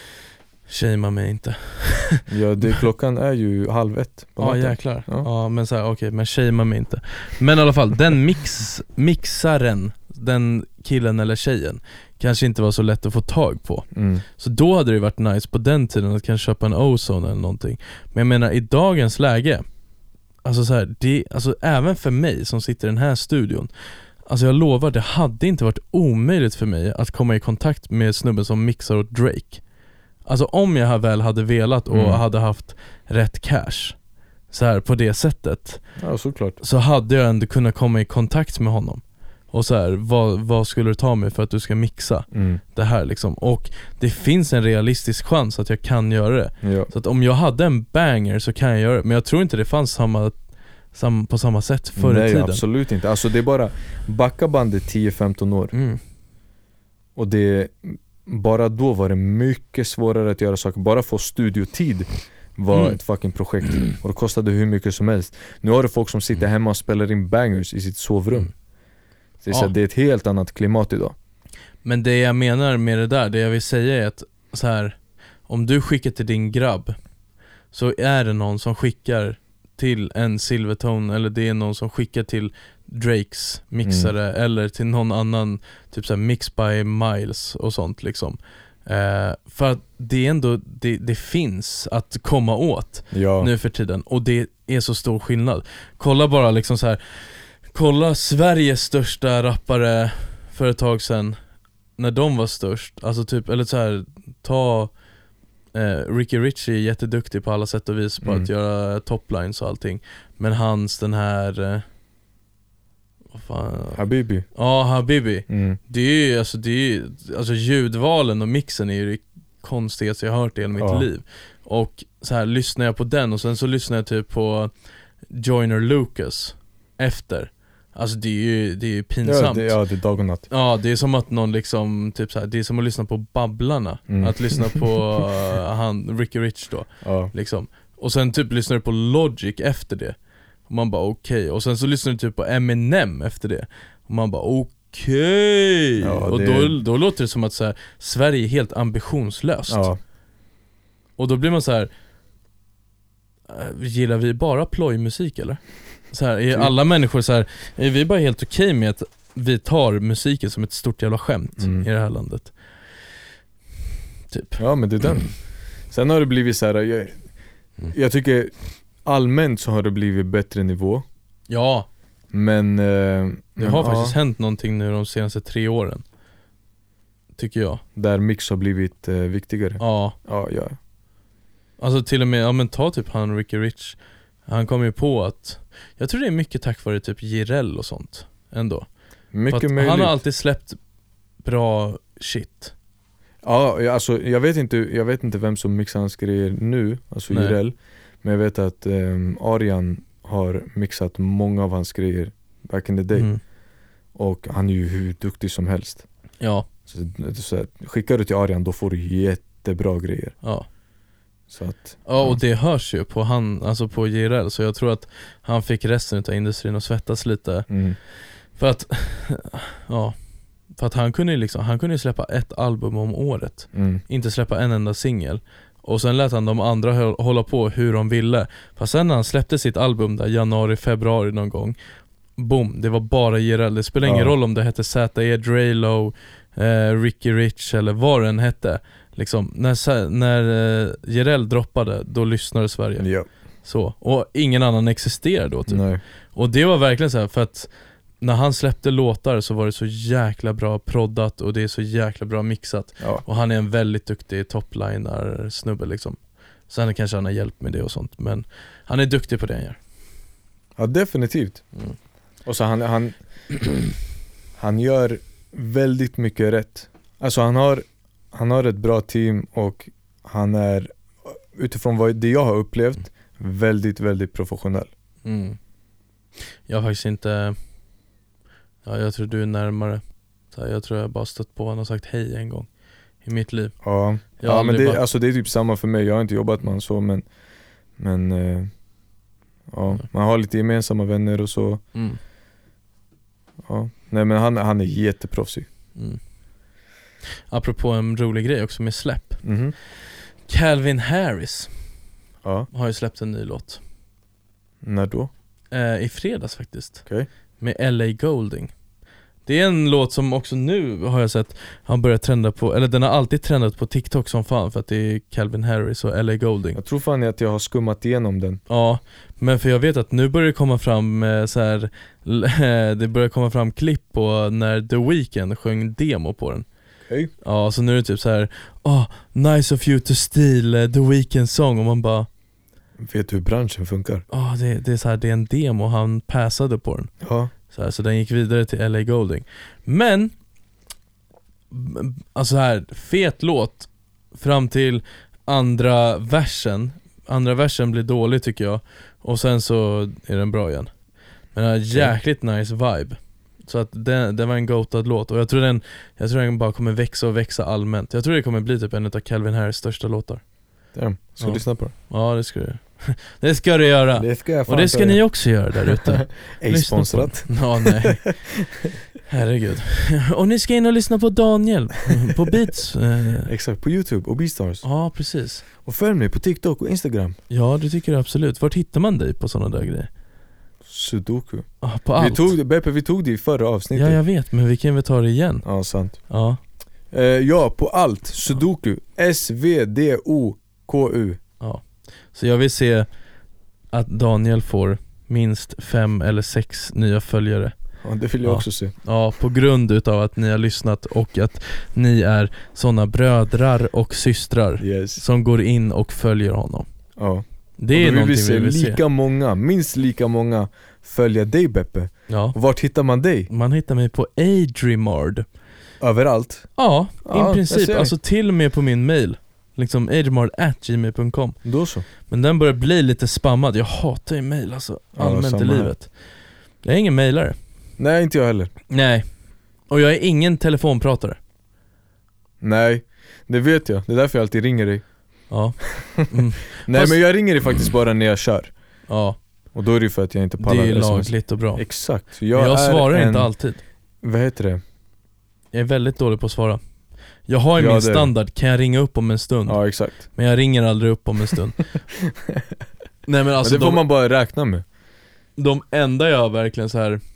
shamea mig inte. Ja, det, klockan är ju halv ett på Ja, natten. jäklar. Ja. Ja, men så här, okej, men shamea mig inte. Men i alla fall, den mix, mixaren, den killen eller tjejen, kanske inte var så lätt att få tag på. Mm. Så då hade det varit nice på den tiden att kanske köpa en Ozone eller någonting. Men jag menar, i dagens läge, alltså så här, det, alltså även för mig som sitter i den här studion, alltså jag lovar, det hade inte varit omöjligt för mig att komma i kontakt med snubben som mixar åt Drake. Alltså om jag väl hade velat och Mm. hade haft rätt cash så här på det sättet, Ja, såklart. så hade jag ändå kunnat komma i kontakt med honom. Och så här, vad, vad skulle du ta mig för att du ska mixa Mm. det här liksom? Och det finns en realistisk chans att jag kan göra det. Ja. Så att om jag hade en banger så kan jag göra det. Men jag tror inte det fanns samma, sam, på samma sätt förr i Nej, tiden. absolut inte. Alltså det är bara backa bandet tio femton år. Mm. Och det, bara då var det mycket svårare att göra saker. Bara få studiotid var Mm. ett fucking projekt. Och det kostade hur mycket som helst. Nu har du folk som sitter hemma och spelar in bangers i sitt sovrum. Mm. Det är, så Ja. att det är ett helt annat klimat idag. Men det jag menar med det där, det jag vill säga är att så här, om du skickar till din grabb, så är det någon som skickar till en Silvertone, eller det är någon som skickar till Drakes mixare, eller till någon annan, typ såhär Mix by Miles och sånt liksom. eh, För att det är ändå, det, det finns att komma åt Ja. nu för tiden, och det är så stor skillnad. Kolla bara liksom så här, kolla Sveriges största rappare för ett tag sedan, när de var störst, alltså typ, eller så här, ta eh, Ricky Ritchie är jätteduktig på alla sätt och vis på Mm. att göra toplines och allting. Men hans den här eh, vad fan, Habibi. ja, Habibi. Mm. Det är ju, alltså det är ju, alltså ljudvalen och mixen är ju det konstigaste jag har hört i hela mitt Ja. liv. Och så här lyssnar jag på den, och sen så lyssnar jag typ på Joyner Lucas efter. Alltså det är ju, det är ju Ja, pinsamt. det, ja, det är dag och natt. Ja, det är som att någon liksom, typ så här, det är som att lyssna på Babblarna. Mm. Att lyssna på uh, han, Ricky Rich då, Ja. liksom. Och sen typ lyssnar du på Logic efter det. Och man bara okej. Och sen så lyssnar du typ på Eminem efter det. Och man bara okej. Ja, Och det- då, då låter det som att så här, Sverige är helt ambitionslöst. Ja. Och då blir man så här, äh, gillar vi bara plojmusik eller? Så här, är Typ. alla människor så här, är vi bara helt okej med att vi tar musiken som ett stort jävla skämt Mm. i det här landet? Typ. Ja, men det är den. Sen har det blivit så här. Jag, jag tycker allmänt så har det blivit bättre nivå. Ja, Men eh, det har ja, faktiskt hänt någonting nu de senaste tre åren, tycker jag. där mix har blivit eh, viktigare. Ja, Ja, ja. alltså till och med, ja men ta typ han Ricky Rich. Han kom ju på att, jag tror det är mycket tack vare typ Jireel och sånt ändå. För Mycket att möjligt. han har alltid släppt bra shit. Ja, jag- alltså jag vet inte, jag vet inte vem som mixar hans grejer nu, alltså Nej. Jireel. Men jag vet att um, Arian har mixat många av hans grejer back in the day. Mm. Och han är ju hur duktig som helst. Ja, Så, så här, skickar du till Arian, då får du jättebra grejer. ja. Så att, Ja, och det hörs ju på han, alltså på J R L. Så jag tror att han fick resten av industrin att svettas lite. mm, För att, ja, för att han kunde ju liksom, han kunde ju släppa ett album om året. mm, Inte släppa en enda singel. Och sen lät han de andra hö- hålla på hur de ville. Fast sen när han släppte sitt album där januari, februari någon gång, boom, det var bara J R L. Det spelar ingen Ja. roll om det hette Z E, Drelo, eh, Ricky Rich eller vad den hette. Liksom, när, Sa- när eh, J R L droppade, då lyssnade Sverige. ja, Så. Och ingen annan existerade då typ. nej. Och det var verkligen så här, för att när han släppte låtar så var det så jäkla bra proddat och det är så jäkla bra mixat. Ja. Och han är en väldigt duktig topliner snubbe liksom. Sen kanske han har hjälp med det och sånt, men han är duktig på det han gör. Ja, definitivt. Mm. Och så han, han han gör väldigt mycket rätt. Alltså han har han har ett bra team och han är, utifrån vad det jag har upplevt, väldigt, väldigt professionell. Mm. Jag har faktiskt inte, ja, jag tror du är närmare. Så här, jag tror jag bara stött på honom och sagt hej en gång i mitt liv. Ja, Jag har ja men aldrig det, bara- alltså det är typ samma för mig. Jag har inte jobbat med honom så, men men eh, ja, man har lite gemensamma vänner och så. Mm. Ja. Nej, men han, han är jätteproffsig. Mm. Apropå en rolig grej också med släpp. Mhm. Calvin Harris Ja, har ju släppt en ny låt. när då? Eh, I fredags faktiskt. Okej. Med L A Golding. Det är en låt som också nu har jag sett har börjat trenda på, eller den har alltid trendat på TikTok som fan, för att det är Calvin Harris och L A Golding. Jag tror fan att jag har skummat igenom den. Ja, men för jag vet att nu börjar det komma fram eh, så här, det börjar komma fram klipp på när The Weeknd sjöng demo på den. Okej. Ja, så nu är det typ så här, oh, nice of you to steal eh, The Weeknd song, och man bara, Vet du hur branschen funkar? ja, oh, det, det är så här, det är en demo, han passade på den. Ja. Så, här, så den gick vidare till L A Golding. Men b- alltså här, fet låt fram till andra versen. Andra versen blir dålig tycker jag. Och sen så är den bra igen. Men den har jäkligt nice vibe. Så att den, den var en goatad låt. Och jag tror den Jag tror den bara kommer växa och växa allmänt. Jag tror det kommer bli typ en av Calvin Harris största låtar. Damn. Ska Ja. du lyssna på den? Ja, det ska du. Det ska du göra. Det ska jag Och det ska ni också göra där ute. Ej Lyssna på sponsrat. den. Ja, nej. Herregud. Och ni ska in och lyssna på Daniel på Beats. eh, Exakt, på YouTube och Beastars. Ja, precis. Och följ mig på TikTok och Instagram. Ja, det tycker jag absolut. Vart hittar man dig på sådana där grejer? Sudoku. Ja, på allt. Vi tog det, Beppe, vi tog det i förra avsnittet. Ja, jag vet, men vi kan väl ta det igen. Ja, sant. Ja, Eh, ja, på allt. Sudoku. S V D O K U. ja. Så jag vill se att Daniel får minst fem eller sex nya följare. Ja, det vill jag Ja. också se. Ja, på grund utav att ni har lyssnat och att ni är såna brödrar och systrar Yes. som går in och följer honom. Ja. Det Och är då vill någonting vi se vi vill se. lika många, minst lika många följa dig, Beppe. Ja. Och vart hittar man dig? Man hittar mig på Adrimard. Överallt. Ja, Ja, i jag princip. ser. Alltså till och med på min mail. Liksom adrimard at gmail dot com. Då så. Men den börjar bli lite spammad. Jag hatar ju mail alltså, Ja, allmänt i samma här. livet. Jag är ingen mailare. Nej, inte jag heller. Nej. Och jag är ingen telefonpratare. Nej, det vet jag. Det är därför jag alltid ringer dig. Ja. Mm. Nej, Fast- men jag ringer dig faktiskt bara när jag kör. Ja, Och då är det för att jag inte det pallar är ju S M S. lagligt och bra. Exakt. Så Men jag, jag är svarar en, inte alltid. Vad heter det? Jag är väldigt dålig på att svara. Jag har ju Ja, min det är- standard, kan jag ringa upp om en stund? Ja, exakt. Men jag ringer aldrig upp om en stund. Nej, men alltså men det får de, man bara räkna med. de enda jag verkligen så här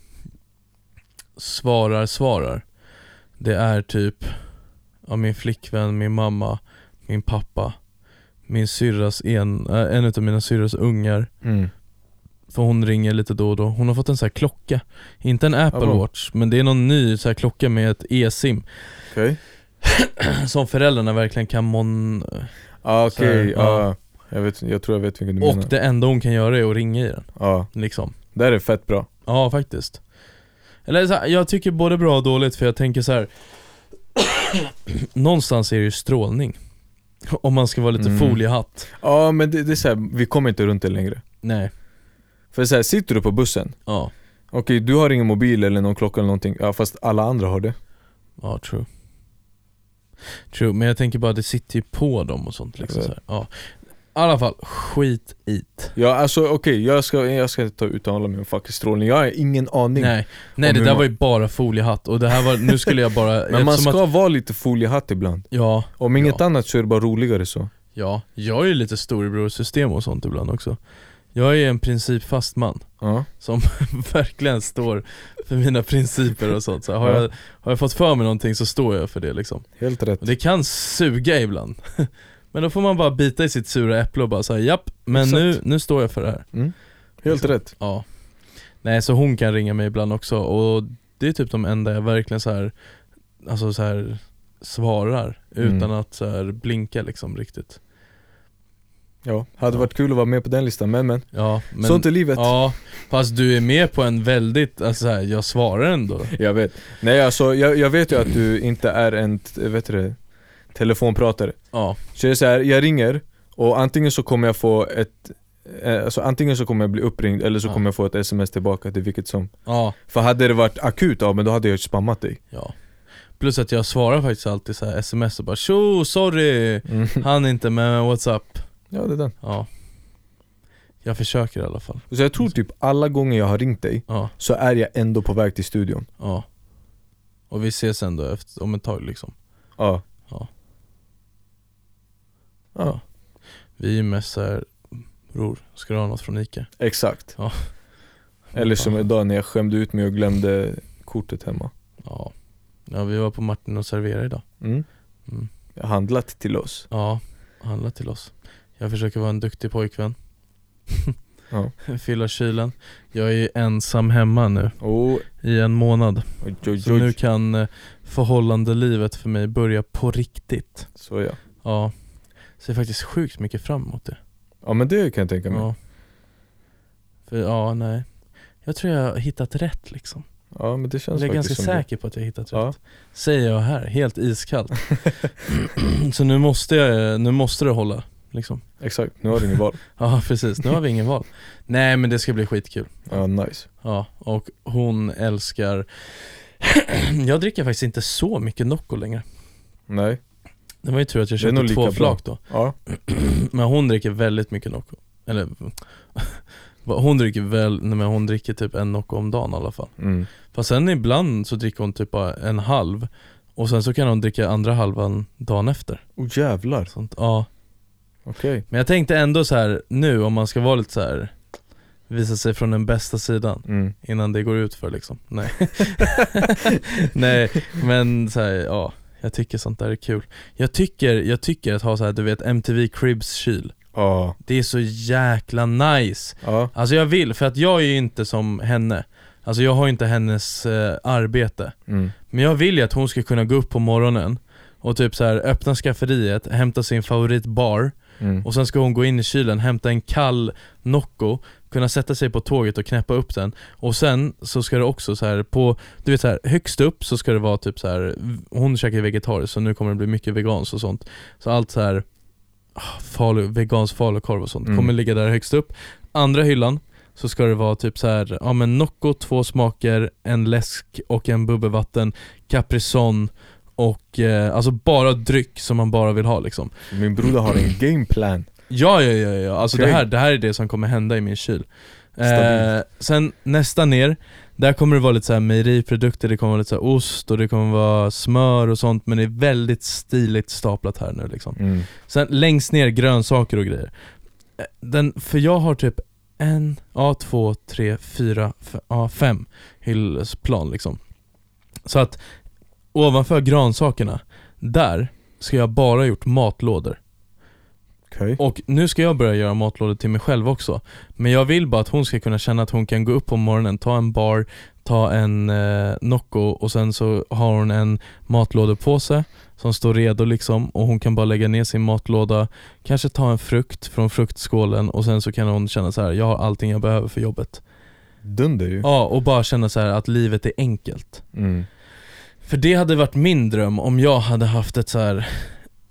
svarar, svarar det är typ ja, min flickvän, min mamma, min pappa, min syrras en, äh, en av mina syrras ungar. Mm. För hon ringer lite då och då. Hon har fått en så här klocka. Inte en Apple bra. Watch, men det är någon ny så här klocka med ett e-sim Okej. som föräldrarna verkligen kan mon... Ja, Så här, okej. ja. Ja. Jag, vet, jag tror jag vet vilken du Och menar. det enda hon kan göra är att ringa i den Ja, liksom. det här är fett bra. Ja, faktiskt. Eller så här, jag tycker både bra och dåligt, för jag tänker så här. Någonstans är det ju strålning. Om man ska vara lite Mm. foliehatt. Ja, men det, det är så här, vi kommer inte runt det längre. Nej. För så här, sitter du på bussen, Ja. okej, du har ingen mobil eller någon klocka eller någonting. Ja, fast alla andra har det. Ja, true. True, men jag tänker bara det sitter ju på dem och sånt liksom, Ja. så här. Ja. I alla fall, skit it. Ja, alltså okej, jag, ska, jag ska ta uttala mig om fucking strålning. Jag har ingen aning. Nej, nej Om det hur där man- var ju bara foliehatt. Och det här var, nu skulle jag bara Men man eftersom ska att, vara lite foliehatt ibland. Ja, Om inget Ja. annat så är det bara roligare så. ja, jag är ju lite storebror-system och sånt ibland också. Jag är en principfast man Ja. som verkligen står för mina principer och sånt så har, Ja. jag, har jag fått för mig någonting så står jag för det liksom. Helt rätt. Och det kan suga ibland. Men då får man bara bita i sitt sura äpple och bara säga japp, men Exakt. nu, nu står jag för det här. Mm. Helt Liksom. rätt. Ja. Nej, så hon kan ringa mig ibland också. Och det är typ de enda jag verkligen så här, alltså så här svarar utan Mm. att så här blinka liksom riktigt. Ja, hade Ja. varit kul att vara med på den listan, men men, Ja, men sånt är livet. ja, fast du är med på en väldigt, alltså så här, jag svarar ändå. Jag vet. Nej, alltså jag, jag vet ju att du inte är en, t- vet du det, telefonpratare. Ja, Så det är så här, jag ringer och antingen så kommer jag få ett eh, alltså antingen så kommer jag bli uppringd eller så Ja. kommer jag få ett sms tillbaka, till vilket som. ja, För hade det varit akut, ja men då hade jag ju spammat dig. ja. Plus att jag svarar faktiskt alltid så här sms och bara tjo, sorry, Mm. han är inte med, what's up? Ja, det är den. Ja. Jag försöker i alla fall. Så jag tror typ alla gånger jag har ringt dig Ja, så är jag ändå på väg till studion. ja. Och vi ses ändå efter, om ett tag liksom. Ja. Ja. Ja, Vi är ju mest såhär, bror, ska du ha något från Ica? exakt. Ja. Eller som idag när jag skämde ut mig och glömde kortet hemma. Ja. Ja, vi var på Martin och servera idag. Mm. Mm. Jag har handlat till oss. Ja, handla till oss. Jag försöker vara en duktig pojkvän. Ja. Fylla kylen. Jag är ju ensam hemma nu Oh, i en månad. oj, oj, Så nu oj. kan eh, förhållande livet för mig börja på riktigt. Så ja. Ja. Så jag är faktiskt sjukt mycket fram emot det. Ja, men det kan jag tänka mig. Ja. För ja, nej. Jag tror jag har hittat rätt liksom. Ja, men det känns Jag är faktiskt ganska som säker på att jag har hittat Ja. rätt. Säger jag här, helt iskallt. Så nu måste jag, nu måste det hålla liksom. det. Exakt, nu har du ingen val. Ja, precis. Nu har vi ingen val. Nej, men det ska bli skitkul. Ja, nice. Ja, och hon älskar jag dricker faktiskt inte så mycket Nocco längre. Nej. Det var ju tur att jag Det är nog köpte lika två flak då. Ja. Men hon dricker väldigt mycket Nocco. Eller hon dricker väl, nej men hon dricker typ en Nocco om dagen i alla fall. Mm. Fast sen ibland så dricker hon typ bara en halv. Och sen så kan hon dricka andra halvan dagen efter. Oh jävlar. Sånt, ja. Okej. Men jag tänkte ändå så här nu, om man ska vara lite så här, visa sig från den bästa sidan Mm. innan det går ut för liksom. Nej. Nej, men så här, ja, jag tycker sånt där är kul. Jag tycker, jag tycker att ha så här, du vet, M T V Cribs kyl. Ja. Det är så jäkla nice. Ja. Alltså jag vill, för att jag är ju inte som henne. Alltså jag har inte hennes eh, arbete. Mm. Men jag vill ju att hon ska kunna gå upp på morgonen och typ så här öppna skafferiet, hämta sin favoritbar. Mm. Och sen ska hon gå in i kylen, hämta en kall Nocco, kunna sätta sig på tåget och knäppa upp den. Och sen så ska det också så här på, du vet så här, högst upp så ska det vara typ så här, hon käkar vegetariskt så nu kommer det bli mycket vegans och sånt. Så allt så här falu, vegans falukorv och sånt Mm. kommer ligga där högst upp. Andra hyllan så ska det vara typ så här, ja men Nocco, två smaker, en läsk och en bubbelvatten, Capri-Sun och eh, alltså bara dryck som man bara vill ha liksom. Min broder har en gameplan. Ja, ja, ja, ja. Alltså Okej. det, här, det här är det som kommer hända i min kyl. Eh, Stabilt. sen nästa ner, där kommer det vara lite så här mejeriprodukter, det kommer vara lite så här ost och det kommer vara smör och sånt, men det är väldigt stiligt staplat här nu liksom. Mm. Sen längst ner grönsaker och grejer. Eh, Den, för jag har typ en, ja, två, tre, fyra, f- ja, fem hyllsplan liksom. Så att ovanför grönsakerna, där ska jag bara gjort matlådor. Okej. Och nu ska jag börja göra matlådor till mig själv också. Men jag vill bara att hon ska kunna känna att hon kan gå upp på morgonen, ta en bar, ta en eh, Nocco och sen så har hon en matlådepåse som står redo liksom, och hon kan bara lägga ner sin matlåda, kanske ta en frukt från fruktskålen och sen så kan hon känna så här: jag har allting jag behöver för jobbet. Dunder ju. Ja, och bara känna så här att livet är enkelt. Mm. För det hade varit min dröm om jag hade haft ett så här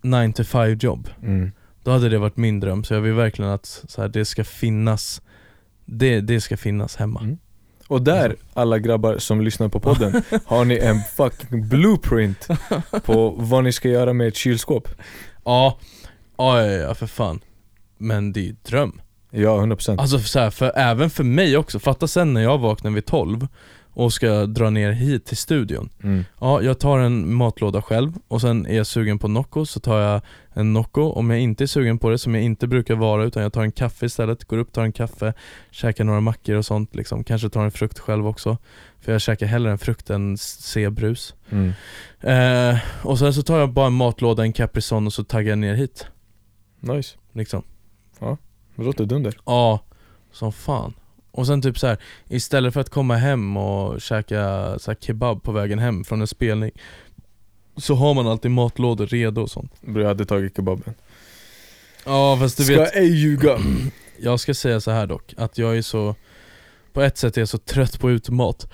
nine to five jobb. Mm. Då hade det varit min dröm. Så jag vill verkligen att så här, det ska finnas det, det ska finnas hemma. Mm. Och där, alla grabbar som lyssnar på podden, har ni en fucking blueprint på vad ni ska göra med ett kylskåp. Ja, ja, ja, ja för fan. Men det är ju dröm. Ja, hundra procent. Alltså så här, för, även för mig också. Fatta sen när jag vaknar vid tolv och ska dra ner hit till studion. Mm. Ja, jag tar en matlåda själv och sen är jag sugen på Nocco, så tar jag en Nocco. Om jag inte är sugen på det, som jag inte brukar vara, utan jag tar en kaffe istället, går upp, tar en kaffe, käkar några mackor och sånt liksom. Kanske tar en frukt själv också, för jag käkar hellre en frukt än C-brus. Mm. eh, Och sen så tar jag bara en matlåda, en Capri Sun, och så taggar jag ner hit Nice. liksom. Det låter dunder. Ja, som fan. Och sen typ så här, istället för att komma hem och käka så här kebab på vägen hem från en spelning, så har man alltid matlådor redo och sånt. Bro, jag hade tagit kebaben. Ja, fast du Ska vet, ej ljuga. jag ska säga så här dock, att jag är så, på ett sätt är jag så trött på utemat.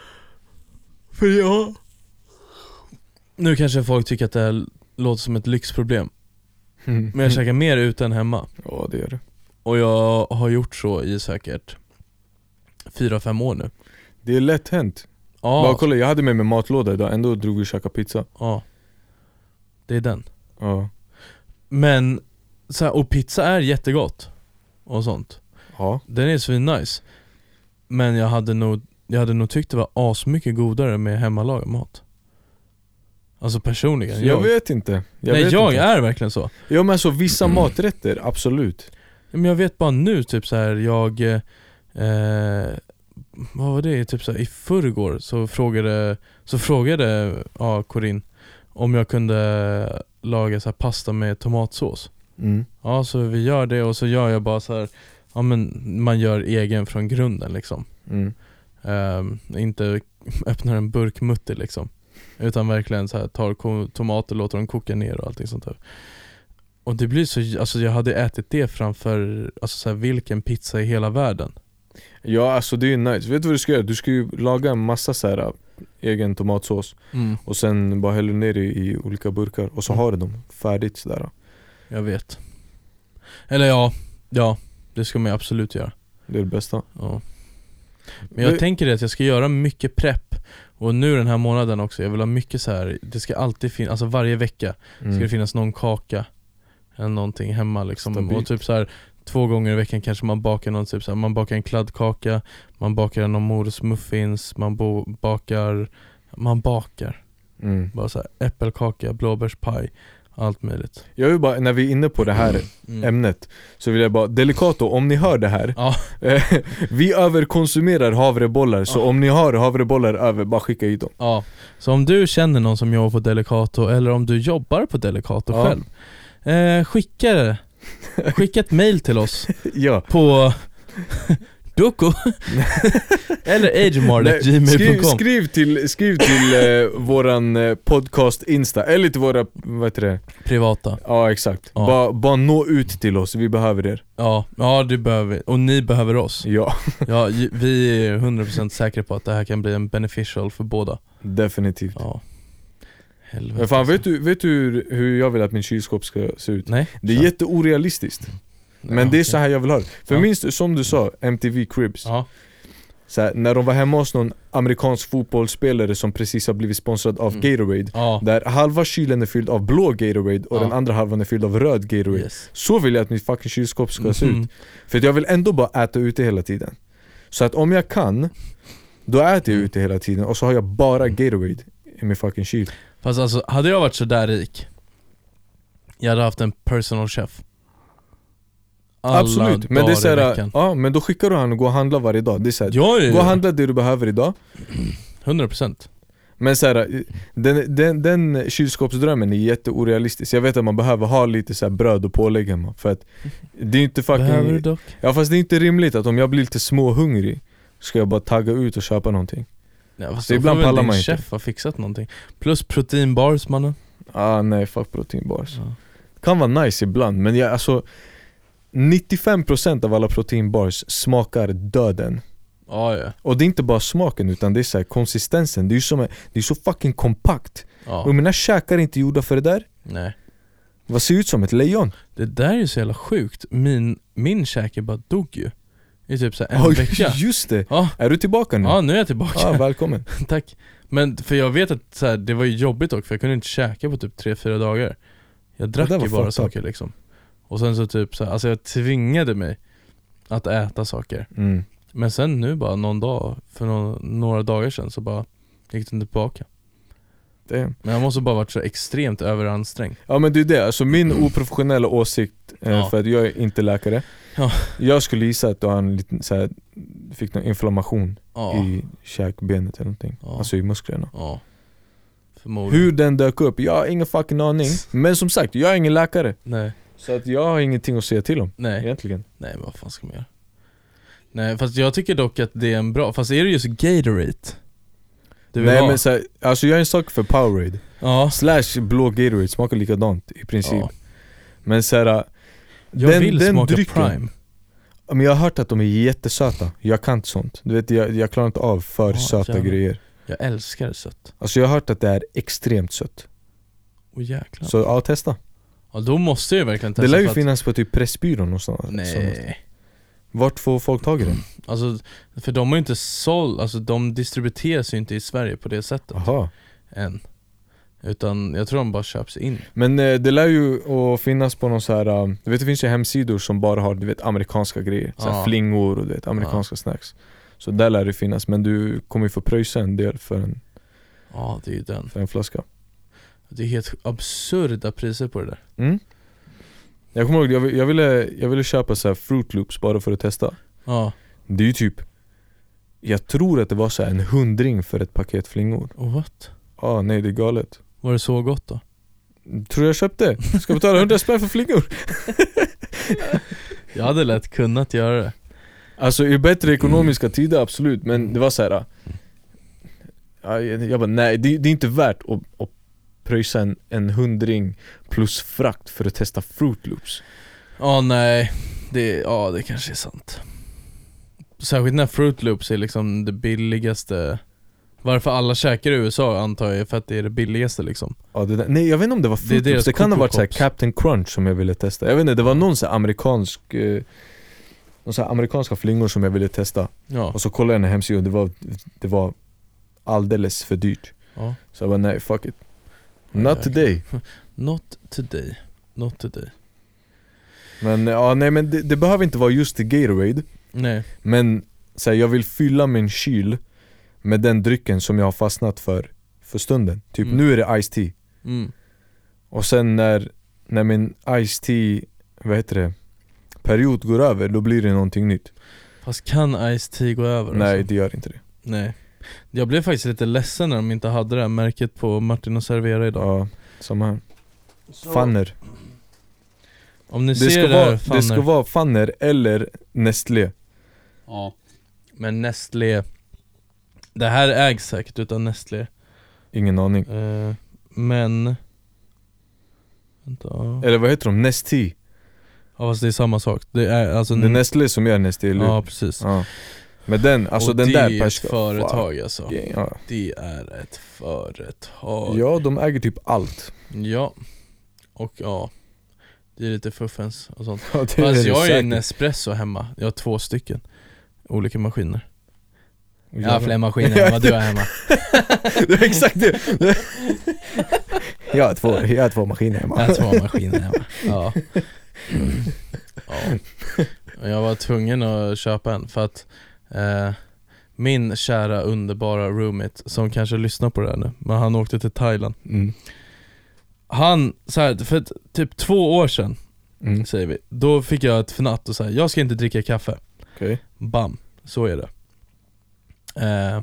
För jag, nu kanske folk tycker att det här låter som ett lyxproblem, Mm. men jag käkar mer ute än hemma. Ja, det gör det. Och jag har gjort så i säkert fyra, fem år nu. Det är lätt hänt. Ja, Bara kolla, jag hade med mig matlåda idag, ändå drog vi och käka pizza. ja. Det är den. Ja. Men så här, och pizza är jättegott och sånt. Ja. Den är så nice. Men jag hade nog jag hade nog tyckt det var asmycket godare med hemmalagad mat. Alltså personligen. Jag vet inte. Jag Nej, vet jag inte. är verkligen så. Ja, men så vissa maträtter, absolut. Men jag vet bara nu typ så här, jag eh, vad var det? Typ så här, i förrgår så frågade så frågade ja, Corinne om jag kunde laga så här pasta med tomatsås. Mm. Ja, så vi gör det, och så gör jag bara så här, ja men man gör egen från grunden liksom. Mm. Um, inte öppnar en burk mutter liksom, utan verkligen så här tar ko- tomater, låter dem koka ner och allting sånt där. Och det blir så, alltså jag hade ätit det framför, alltså så här, vilken pizza i hela världen. Ja, alltså det är ju nice. Vet du vad du ska göra? Du ska ju laga en massa så här äh, egen tomatsås Mm. och sen bara häller ner i, i olika burkar och så Mm. har du dem färdigt sådär. Jag vet. Eller ja, ja, det ska man ju absolut göra. Det är det bästa. Ja. Men jag Det- tänker det att jag ska göra mycket prepp. Och nu den här månaden också, jag vill ha mycket så här. Det ska alltid finnas, alltså varje vecka Mm. ska det finnas någon kaka eller någonting hemma liksom. Stabilt. Och typ så här, två gånger i veckan kanske man bakar någon typ så här, man bakar en kladdkaka, man bakar någon mors muffins, man bo- bakar man bakar Mm. bara så här, äppelkaka, blåbärspaj, allt möjligt. Jag vill bara, när vi är inne på det här Mm. ämnet, så vill jag bara, Delicato, om ni hör det här, Ja. vi överkonsumerar havrebollar, så Ja. om ni har havrebollar över, bara skicka hit dem. Ja, så om du känner någon som jobbar på Delicato, eller om du jobbar på Delicato Ja. själv, eh, skicka det. Skicka ett mail till oss Ja. på Doko eller agemart at Nej, gmail skriv, punkt com. skriv till, skriv till eh, våran eh, podcast Insta, eller till våra, vad heter det? Privata. Ja, exakt. Ja. Bara, bara nå ut till oss, vi behöver er. Ja, ja det behöver vi. Och ni behöver oss. Ja, Ja, j- vi är hundra procent säkra på att det här kan bli en beneficial för båda. definitivt. Ja. Helvete. Men fan, vet du, vet du hur, hur jag vill att min kylskåp ska se ut? Nej. Det är jätteorealistiskt, men det är så här jag vill ha det. För Ja. minst du, som du sa, M T V Cribs, Ja. så här, när de var hemma hos någon amerikansk fotbollsspelare som precis har blivit sponsrad av Mm. Gatorade, Ja. där halva kylen är fylld av blå Gatorade och Ja. den andra halvan är fylld av röd Gatorade. Yes. Så vill jag att mitt fucking kylskåp ska se ut. Mhm. För att jag vill ändå bara äta ute hela tiden. Så att om jag kan, då äter jag Mm. ute hela tiden och så har jag bara Gatorade i min fucking kyl. Fast alltså, hade jag varit så där rik, jag hade haft en personal chef. Alla Absolut, men det är dagar i såhär, veckan. ja men då skickar du han och går och handla varje dag. Det är såhär, Ja, ja, gå och ja. handla det du behöver idag. hundra procent. Men såhär, den, den, den kylskåpsdrömmen är jätteorealistisk. Jag vet att man behöver ha lite såhär bröd och pålägg hemma. För att det är inte Behöver du fucking, dock? ja fast det är inte rimligt att om jag blir lite småhungrig ska jag bara tagga ut och köpa någonting. Ja, fast Så då ibland får väl pallar din man inte. chef har fixat någonting. Plus proteinbars, mannen. Ah nej, fuck proteinbars. Ja. Kan vara nice ibland, men jag, alltså nittiofem procent av alla proteinbars smakar döden. Ja, ja. Och det är inte bara smaken utan det är så här, konsistensen. Det är ju som, det är så fucking kompakt. Ja. Och mina käkar är inte gjorda för det där. Nej. Vad ser ut som ett lejon? Det där är ju så jävla sjukt. Min, min käke bara dog ju i typ så här en Oh, vecka. just det. Ja. Är du tillbaka nu? Ja, nu är jag tillbaka. Ja, välkommen. Tack. Men för jag vet att så här, det var ju jobbigt också, för jag kunde inte käka på typ tre fyra dagar. Jag drack Det där ju var bara fucked up. saker liksom. Och sen så typ så här, alltså jag tvingade mig att äta saker. Mm. Men sen nu bara någon dag, för någon, några dagar sedan så bara gick det inte tillbaka. Det. Men jag måste bara varit så extremt överansträngd. Ja, men det är det, alltså min oprofessionella åsikt eh, Ja. för att jag är inte läkare. Ja. Jag skulle gissa att du har en liten så här, fick någon inflammation Ja, i käkbenet eller någonting. Ja. Alltså i musklerna. ja. Förmodligen. Hur den dök upp, jag har ingen fucking aning. Men som sagt, jag är ingen läkare. Nej, Så att jag har ingenting att säga till om nej, egentligen. nej, men vad fan ska man göra? Nej, fast jag tycker dock att det är en bra, fast är det just Gatorade? Du vill Nej ha? men så här, alltså jag är en sak för Powerade. Ja, Slash blå Gatorade, smakar likadant i princip. ja. Men så här, Jag den, vill den smaka drycken, Prime. men jag har hört att de är jättesöta. Jag kan inte sånt. Du vet, jag, jag klarar inte av för Ja, söta jävlar. grejer. Jag älskar sött. Alltså jag har hört att det är extremt sött. Åh jäklar. Så ja, testa. Ja, då måste jag verkligen testa. Det lär ju för att- finnas på typ Pressbyrån och sånt. sånt. Nej. Vart får folk tag i det? Alltså, för de har ju inte sålt, alltså de distribueras ju inte i Sverige på det sättet Aha. än. Utan jag tror de bara köps in. Men eh, det lär ju att finnas på någon så här, um, du vet det finns ju hemsidor som bara har, du vet, amerikanska grejer. Så här Ja. flingor och du vet, amerikanska snacks. Så där lär det finnas, men du kommer ju få pröjsa en del för en, Ja, det är ju den. för en flaska. Det är helt absurda priser på det där. Mm. Jag kommer ihåg, jag, vill- jag, ville, jag ville köpa så här Fruit Loops bara för att testa. Ja, Det är ju typ, jag tror att det var så här en hundring för ett paket flingor. och what? Ja, ah, nej det är galet. Var det så gott då? Tror jag köpte? Ska jag betala hundra spänn för flingor? Jag hade lätt kunnat göra det. Alltså i bättre ekonomiska tider absolut, men det var så här. Ja, jag, jag bara nej, det, det är inte värt att, att pröjsa en, en hundring plus frakt för att testa Fruit Loops. Ja, nej. Det, ja, det kanske är sant. Särskilt när Fruit Loops är liksom det billigaste. Varför alla käkar i U S A antar jag är för att det är det billigaste liksom. Ja, det där, nej jag vet inte om det var Det är Fruit Loops, deras det, kan ha varit så här Coco Pops. Captain Crunch som jag ville testa. Jag vet inte, det var någon så här amerikansk eh, någon så här amerikanska flingor som jag ville testa. Ja, Och så kollade jag den här hemsidan och det var, det var alldeles för dyrt. ja. Så jag bara nej, fuck it. Ja, Not verkligen. today. Not today. Not today. Men ja, nej men det, det behöver inte vara just till Gatorade. Nej. Men så här, jag vill fylla min kyl med den drycken som jag har fastnat för för stunden. Typ Mm. nu är det Ice Tea. Mm. Och sen när, när min Ice Tea, vad heter det, period går över, då blir det någonting nytt. Fast kan Ice Tea gå över? Nej, alltså? det gör inte det. Nej. Jag blev faktiskt lite ledsen när de inte hade det här märket på Martin och Servera idag. Ja, samma här. Fanner. Om ni Det ser ska, det där, vara, Fanner. det ska vara Fanner eller Nestlé. Ja. Men Nestlé, det här ägs säkert utan Nestlé. Ingen aning. Eh, men vänta. Eller vad heter de? Nestea. Ja, fast det är samma sak. Det är alltså Det är Nestlé som gör Nestea, eller hur? Ja, precis. Ja. Men den, alltså och den det där är ett perska, företag alltså. fuck, ja. Det är ett företag. Ja, de äger typ allt. Ja. Och ja, det är lite fuffens och sånt. Ja, det Fast är det jag har ju säkert. en Espresso hemma. Jag har två stycken olika maskiner. Jag har Jävlar. fler maskiner än vad du har hemma. Det är exakt det. Jag har två, jag har två maskiner hemma. Jag har två maskiner hemma. Ja. Ja. Och jag var tvungen att köpa en för att eh, min kära underbara roommate, som kanske lyssnar på det här nu, men han åkte till Thailand. Mm. Han, så här, för ett, typ två år sedan Mm. säger vi, då fick jag ett fnatt och så här, jag ska inte dricka kaffe. Okej. Bam, så är det. eh,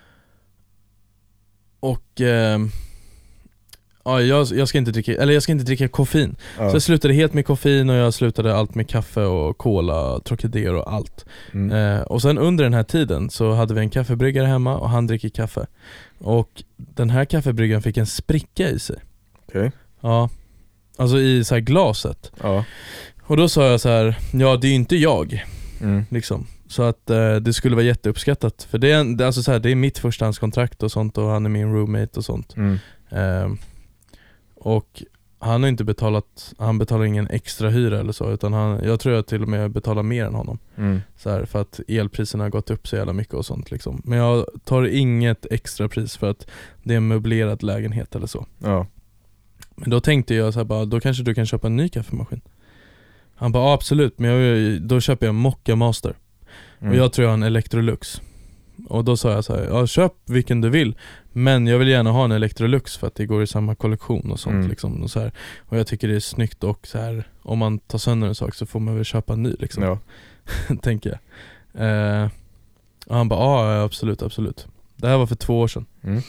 Och eh, ja, jag, jag ska inte dricka, eller jag ska inte dricka koffein. Ja. Så jag slutade helt med koffein och jag slutade allt med kaffe och cola, Trocadero och allt. Mm. eh, Och sen under den här tiden så hade vi en kaffebryggare hemma och han dricker kaffe. Och den här kaffebryggaren fick en spricka i sig. Okej. Ja, alltså i så här glaset. Ja. Och då sa jag så här, ja det är ju inte jag Mm. liksom. Så att eh, det skulle vara jätteuppskattat. För det är, en- det, är alltså så här, det är mitt förstahandskontrakt och sånt och han är min roommate och sånt. Mm. eh, Och han har inte betalat, han betalar ingen extra hyra eller så, utan han, jag tror jag till och med betalar mer än honom. Mm. Så här, för att elpriserna har gått upp så jävla mycket och sånt liksom. Men jag tar inget extra pris för att det är en möblerad lägenhet eller så. Ja. Men då tänkte jag så här, bara, då kanske du kan köpa en ny kaffemaskin. Han bara, ja, absolut, men jag, då köper jag en Mocca Master. Mm. Och jag tror jag har en Electrolux. Och då sa jag så här, ja, köp vilken du vill, men jag vill gärna ha en Electrolux för att det går i samma kollektion och sånt Mm. liksom, och så här. Och jag tycker det är snyggt, och så här, om man tar sönder en sak så får man väl köpa en ny liksom. Ja. Tänker jag. Eh, och han bara, ja, absolut, absolut. Det här var för två år sedan. Mm.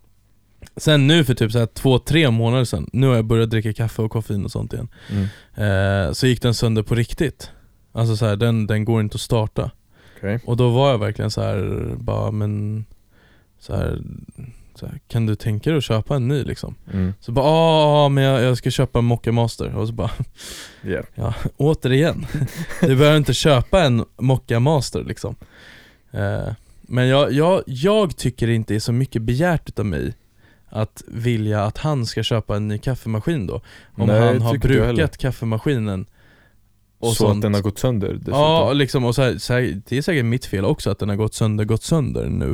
Sen nu för typ så här två, tre månader sedan, nu har jag börjat dricka kaffe och koffein och sånt igen. Mm. Eh, så gick den sönder på riktigt. Alltså så här, den, den går inte att starta. Okay. Och då var jag verkligen så här, bara, men så här, så här, kan du tänka dig att köpa en ny liksom? Mm. Så bara, ja, men jag, jag ska köpa en Mocca Master. Och så bara, Yeah. ja, återigen, du behöver inte köpa en Mocca Master liksom. Eh, men jag, jag, jag tycker det inte är så mycket begärt utav mig att vilja att han ska köpa en ny kaffemaskin då. Om Nej, han har tycker inte jag heller. brukat kaffemaskinen och Så sånt. att den har gått sönder dessutom. Ja, liksom, och så här, så här, det är säkert mitt fel också att den har gått sönder, gått sönder nu.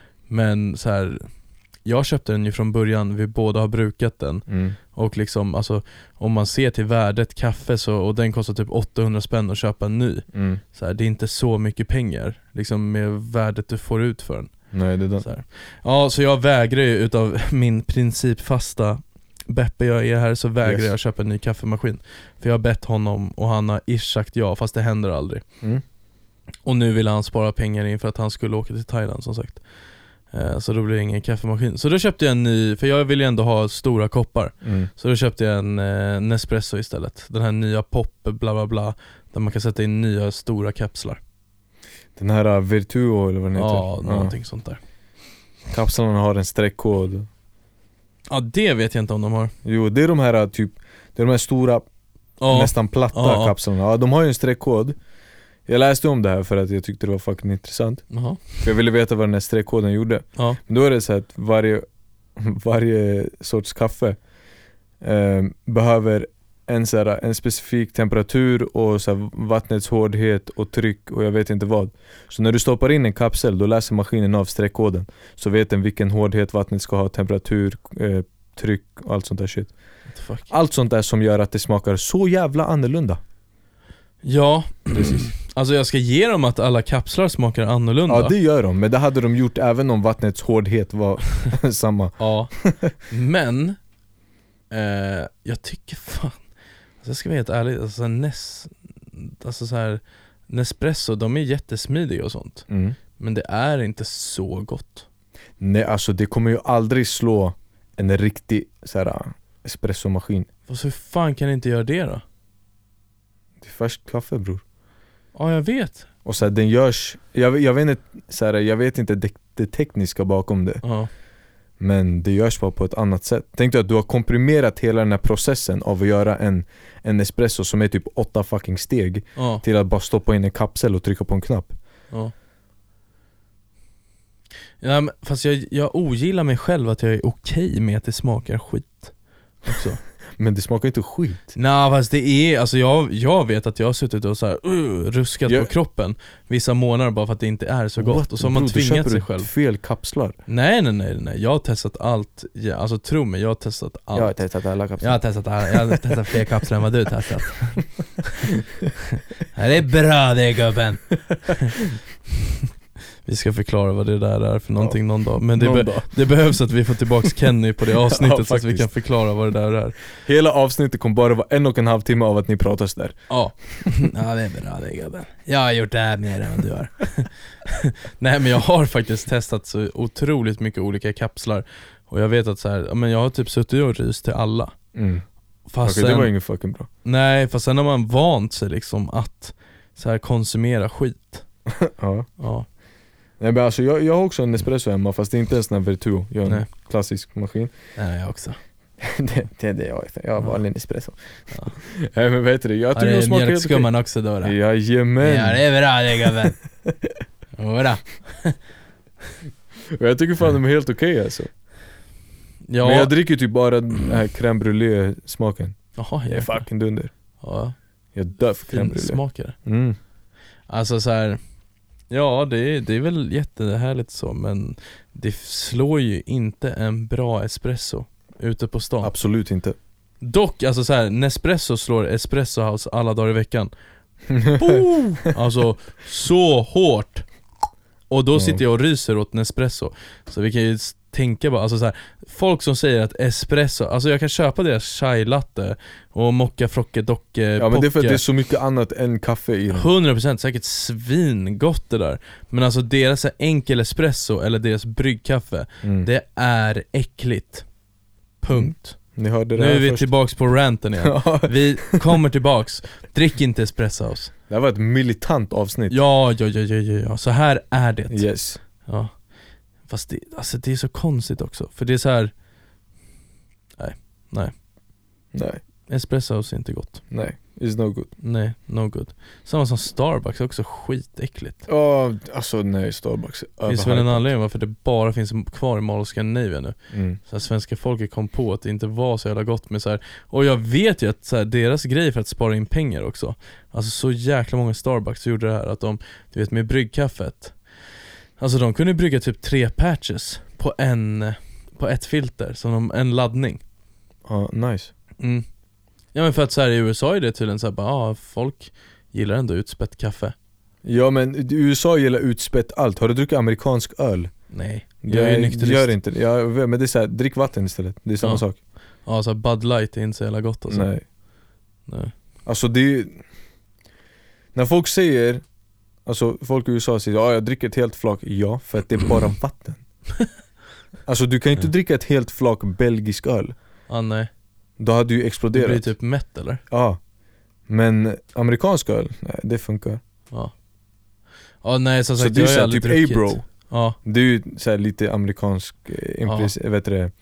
Men så här, jag köpte den ju från början, vi båda har brukat den. Mm. Och liksom, alltså, om man ser till värdet kaffe så, och den kostar typ åttahundra spänn att köpa en ny. Mm. Så här, det är inte så mycket pengar liksom, med värdet du får ut för den. Nej, det är den. Så här. Ja, så jag vägrar ju utav min principfasta Beppe jag är här, så vägrar Yes. jag köpa en ny kaffemaskin. För jag har bett honom och han har ish sagt ja, fast det händer aldrig. Mm. Och nu vill han spara pengar in för att han skulle åka till Thailand som sagt. eh, Så då blir det ingen kaffemaskin. Så då köpte jag en ny, för jag vill ju ändå ha stora koppar. Mm. Så då köpte jag en eh, Nespresso istället. Den här nya pop bla bla bla, där man kan sätta in nya stora kapslar. Den här uh, Virtuo eller vad den heter. Ja, någonting sånt där. Kapslarna har en streckkod. Ja, det vet jag inte om de har. Jo, det är de här uh, typ, det är de här stora, Ja, nästan platta Ja. kapslarna. Ja, de har ju en streckkod. Jag läste om det här för att jag tyckte det var fucking intressant. jaha. För jag ville veta vad den här streckkoden gjorde. Ja. Men då är det så att varje, varje sorts kaffe eh, behöver en, så här, en specifik temperatur och så här, vattnets hårdhet och tryck och jag vet inte vad. Så när du stoppar in en kapsel, då läser maskinen av streckkoden. Så vet den vilken hårdhet vattnet ska ha, temperatur, eh, tryck och allt sånt där shit. What the fuck? Allt sånt där som gör att det smakar så jävla annorlunda. Ja, Precis. alltså jag ska ge dem att alla kapslar smakar annorlunda. Ja, det gör de, men det hade de gjort även om vattnets hårdhet var samma. Ja. Men eh, jag tycker fan, alltså jag ska vara helt ärlig, alltså, så här, Nes, alltså så här, Nespresso, de är jättesmidiga och sånt. Mm. Men det är inte så gott. Nej, alltså det kommer ju aldrig slå en riktig så här, espressomaskin. Och så hur fan kan det inte göra det då? Det är färskt kaffe, bror. Ja, jag vet. Och så här, den görs, jag, jag vet inte så här, jag vet inte det, det tekniska bakom det, Ja. men det görs bara på ett annat sätt. Tänk dig att du har komprimerat hela den här processen av att göra en, en espresso som är typ åtta fucking steg Ja. till att bara stoppa in en kapsel och trycka på en knapp. Ja. Ja, men, fast jag, jag ogillar mig själv att jag är okej med att det smakar skit också. Men det smakar inte skit. Nej, fast det är, alltså jag, jag vet att jag har suttit och så här, uh, ruskat Jag- på kroppen vissa månader bara för att det inte är så gott. What? Och så har man Bro, du tvingat köper sig ut själv. fel kapslar. Nej, nej, nej, nej, jag har testat allt. Ja, alltså tro mig, jag har testat allt. Jag har testat alla kapslar. Jag har testat allt, jag har testat fler kapslar än vad du har testat. Ja, det är bra det, gubben. Vi ska förklara vad det där är för någonting Ja. någon dag. Men det, Någon be- dag. det behövs att vi får tillbaka Kenny på det avsnittet Ja, så att vi faktiskt. kan förklara vad det där är. Hela avsnittet kommer bara vara en och en halv timme av att ni pratar där. Ja. Ja, det är bra det, gubben. Jag har gjort det här mer än vad du har. Nej, men jag har faktiskt testat så otroligt mycket olika kapslar. Och jag vet att så här, ja, men jag har typ suttit och ryst till alla. Mm. Fast Okej, det sen, var inget fucking bra. nej, fast sen har man vant sig liksom att så här konsumera skit. Ja. Ja. Nej, men alltså, jag, jag har också en espresso hemma, fast det är inte en sån här Virtuo. Jag har en Nej. klassisk maskin. Nej, jag också. det, det är det jag vet. Jag har Ja. vanlig espresso. Ja. Nej, men vet du det? Jag Ja, tycker det de är smakar helt mjölkskumman också då, då. okej. Jajamän. Ja, det är bra det, gubben. Jodå. Och jag tycker fan de är helt okej alltså. Ja. Men jag dricker typ bara den här crème brûlée smaken. Jaha, Det är fucking dunder. Ja, Jag dör för crème fin brûlée. smakare. Mm. Alltså så här. Ja, det är, det är väl jättehärligt så, men det slår ju inte en bra espresso ute på stan. Absolut inte. Dock, alltså så här, Nespresso slår Espresso House alla dagar i veckan. Boom! Alltså, så hårt. Och då Ja. sitter jag och ryser åt Nespresso. Så vi kan ju s- tänka bara, alltså så här, folk som säger att espresso, alltså jag kan köpa deras chai latte och mocca frocke docke Ja men det är för att det är så mycket annat än kaffe i den. hundra procent säkert svingott det där. Men alltså deras enkel espresso eller deras bryggkaffe, Mm. det är äckligt. Punkt. Ni hörde det Nu är här vi först. tillbaks på ranten igen. Vi kommer tillbaks. Drick inte Espresso House. Det här var ett militant avsnitt. Ja, ja, ja, ja, ja, ja. Så här är det. Yes. Ja. Fast det, alltså det är så konstigt också. För det är så här. Nej, nej. Nej, Espresso House är inte gott. nej. It's no good. Nej, no good. Samma som Starbucks är också skitäckligt. Ja, alltså nej, Starbucks är Det finns väl en överhypat. anledning varför det bara finns kvar i Mall of Scandinavia nu. Mm. Så här, svenska folket kom på att det inte var så jävla gott med så här. Och jag vet ju att så här, deras grej för att spara in pengar också. Alltså så jäkla många Starbucks gjorde det här att de, du vet med bryggkaffet. Alltså de kunde brygga typ tre patches på en på ett filter, som de, en laddning. Ja, nice. Mm. Ja men för att så här i U S A är det tydligen så här, bara, ah, folk gillar ändå utspätt kaffe. Ja men i U S A gillar utspätt allt. Har du druckit amerikansk öl? Nej, jag är ju Jag nykterist. gör inte det. Ja, men det är så här, drick vatten istället. Det är samma Ja. sak. Ja, så här Bud Light är inte så jävla gott alltså. Nej. Nej. Alltså det är, när folk säger, alltså folk i U S A säger ja jag dricker ett helt flak, ja för att det är bara vatten. Alltså du kan ju inte dricka ett helt flak belgisk öl. Ah, nej. Då hade du ju Det exploderat. blir typ mätt eller? Ja. Men amerikansk öl, nej det funkar. Ja. Ja nej som Så sagt det är jag har så här, aldrig typ druckit. A-bro. Ja. Det är ju så här lite amerikansk eh, impres, vet du det,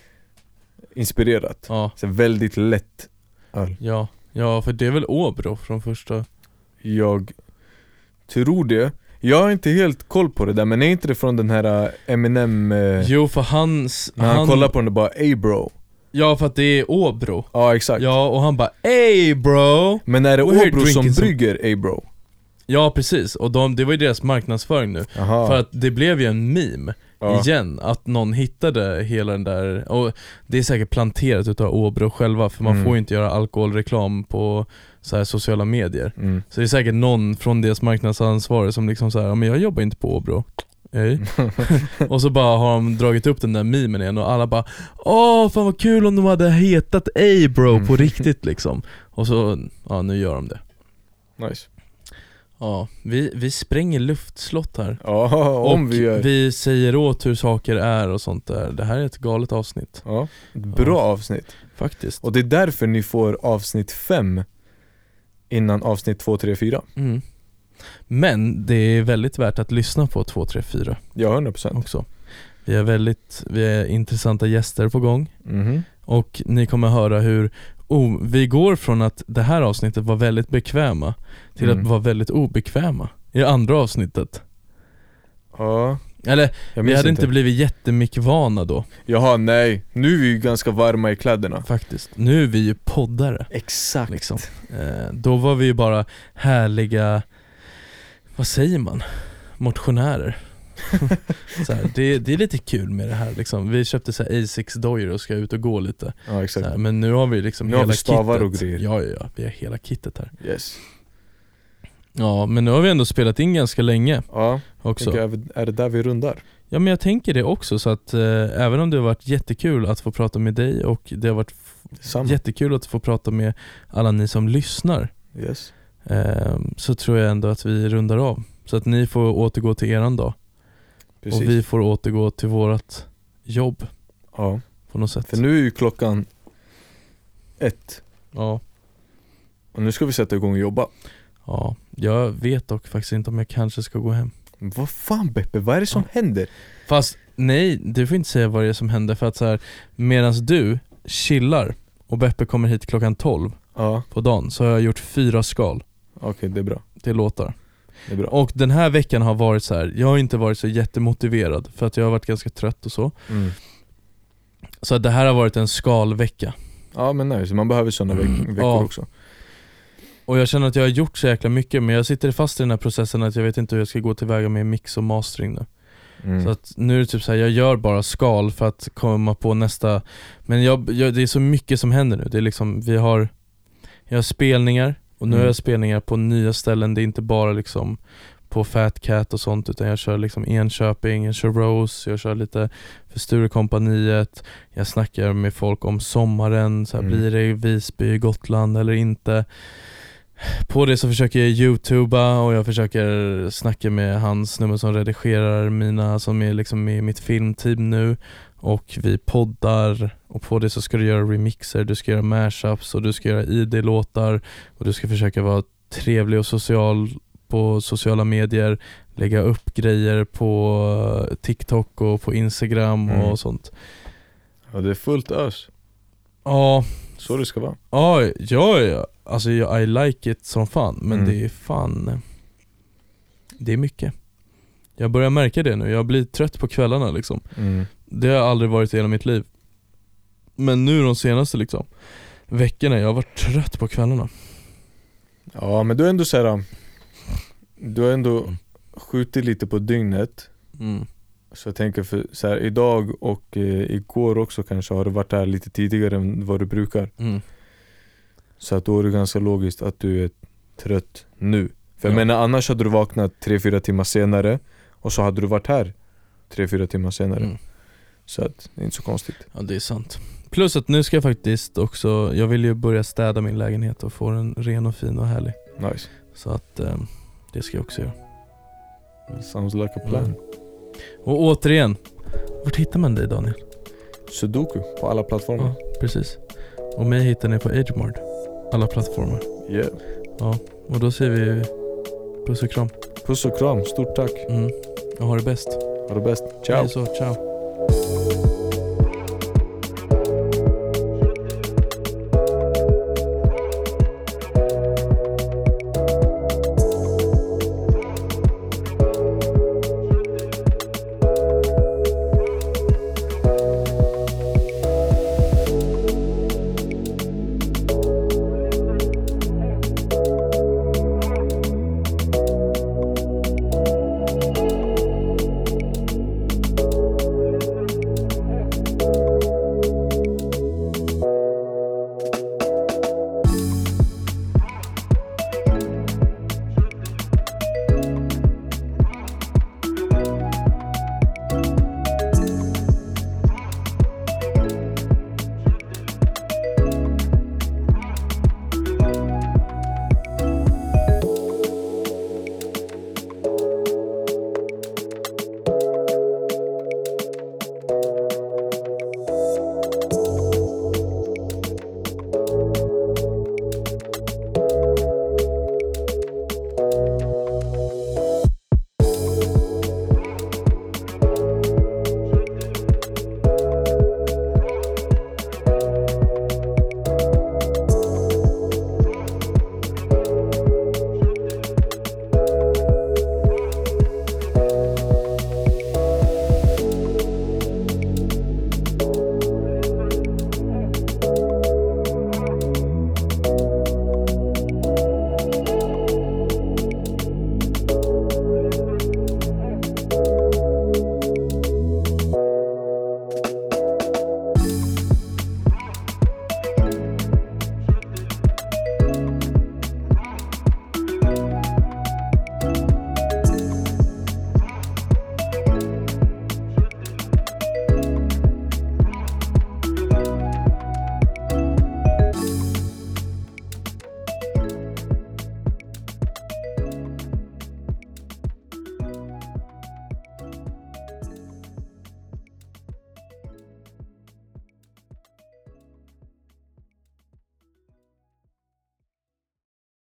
inspirerat. Ja. Så här, väldigt lätt öl. Ja. Ja för det är väl Åbro från första. Jag tror det. Jag har inte helt koll på det där, men är inte det från den här äh, Eminem eh, Jo för hans när han, kollar på den och bara ey bro. Ja för att det är Åbro. Ja exakt. Ja och han bara ey bro. Men är det We're Åbro som drinking some- brygger ey bro? Ja precis, och de, det var ju deras marknadsföring nu. Aha. För att det blev ju en meme Ja. igen, att någon hittade hela den där. Och det är säkert planterat utav Åbro själva, för man Mm. får ju inte göra alkoholreklam på så här sociala medier. Mm. Så det är säkert någon från deras marknadsansvarig som liksom så här, ja, men jag jobbar inte på Åbro. Ej. Och så bara har de dragit upp den där memen igen och alla bara åh fan vad kul om de hade hetat ey bro på Mm. riktigt liksom. Och så, ja nu gör de det. Nice. Ja, vi, vi spränger luftslott här. Ja, om och vi gör. vi säger åt hur saker är och sånt där. Det här är ett galet avsnitt. Ja, ett bra Ja. avsnitt. Faktiskt. Och det är därför ni får avsnitt fem innan avsnitt två, tre, fyra. Mm. Men det är väldigt värt att lyssna på två, tre, fyra Ja, hundra procent. också. Vi är väldigt, vi är intressanta gäster på gång. Mhm. Och ni kommer höra hur oh, vi går från att det här avsnittet var väldigt bekväma till Mm. att vara väldigt obekväma i det andra avsnittet. Ja, Eller jag vi minns hade inte. inte blivit jättemycket-vana då Jaha, nej. Nu är vi ju ganska varma i kläderna. faktiskt. Nu är vi ju poddare Exakt. liksom. eh, Då var vi ju bara härliga, vad säger man? Motionärer. så här, det, det är lite kul med det här liksom. Vi köpte så här A sex-dojor och ska ut och gå lite Ja, så exakt. här, men nu har vi liksom Nu har hela vi stavar kittet. och grejer. Ja, ja, ja, vi har hela kittet här. Yes. Ja, men nu har vi ändå spelat in ganska länge Ja, också. tänker, är det där vi rundar? Ja, men jag tänker det också, så att eh, även om det har varit jättekul att få prata med dig och det har varit f- Samma. jättekul att få prata med alla ni som lyssnar, Yes. eh, så tror jag ändå att vi rundar av. Så att ni får återgå till eran dag. Precis. Och vi får återgå till vårat jobb Ja, på något sätt. för nu är ju klockan ett. Ja, Och nu ska vi sätta igång och jobba. ja, jag vet dock faktiskt inte om jag kanske ska gå hem. Vad fan Beppe, vad är det som händer? Fast nej, du får inte säga vad det är som händer, för att så här, medans du chillar och Beppe kommer hit klockan tolv Ja, på dagen, så har jag gjort fyra skal okej, det är bra. till låtar. Det är bra. Och den här veckan har varit så här, jag har inte varit så jättemotiverad för att jag har varit ganska trött och så. Mm. Så att det här har varit en skalvecka. Ja men nej, så man behöver sådana veck- Mm, veckor ja. också. Och jag känner att jag har gjort så jäkla mycket, men jag sitter fast i den här processen att jag vet inte hur jag ska gå tillväga med mix och mastering nu. Mm. Så att nu är det typ så här, jag gör bara skal för att komma på nästa. Men jag, jag, det är så mycket som händer nu. Det är liksom, vi har Jag har spelningar. Och nu Mm. har jag spelningar på nya ställen. Det är inte bara liksom på Fat Cat och sånt, utan jag kör liksom Enköping, jag kör Rose, jag kör lite för Sturekompaniet. Jag snackar med folk om sommaren, så här, Mm. blir det Visby, Gotland eller inte. På det så försöker jag youtuba och jag försöker snacka med hans nummer som redigerar mina, som är liksom med i mitt filmteam nu. Och vi poddar, och på det så ska du göra remixer, du ska göra mashups och du ska göra I D-låtar och du ska försöka vara trevlig och social på sociala medier, lägga upp grejer på TikTok och på Instagram Mm. och sånt. Ja, det är fullt ös. Ja, Så det ska vara. ja, ja, ja. Alltså jag, I like it som fan, men Mm. det är fan, det är mycket. Jag börjar märka det nu, jag blir trött på kvällarna liksom. Mm. Det har aldrig varit i hela mitt liv. Men nu de senaste liksom veckorna, jag har varit trött på kvällarna. Ja, men du är ändå så här. Du har ändå Mm. skjutit lite på dygnet. Mm. Så jag tänker för så här, idag och eh, igår också kanske har du varit här lite tidigare än vad du brukar. Mm. Så att då är det ganska logiskt att du är trött nu. För jag Ja. menar, annars hade du vaknat tre fyra timmar senare och så hade du varit här tre fyra timmar senare. Mm. Så att det är inte så konstigt. Ja, det är sant. Plus att nu ska jag faktiskt också, jag vill ju börja städa min lägenhet och få den ren och fin och härlig. Nice. Så att eh, det ska jag också göra. Sounds like a plan. Mm. Och återigen, vart hittar man dig, Daniel? Sudoku på alla plattformar. Ja, precis. Och mig hittar ni på Agemard, alla plattformar. Yeah. Ja, och då säger vi puss och kram. Puss och kram, stort tack. Mm. Och ha det bäst. Ha det bäst. Ciao. Hej så, ciao.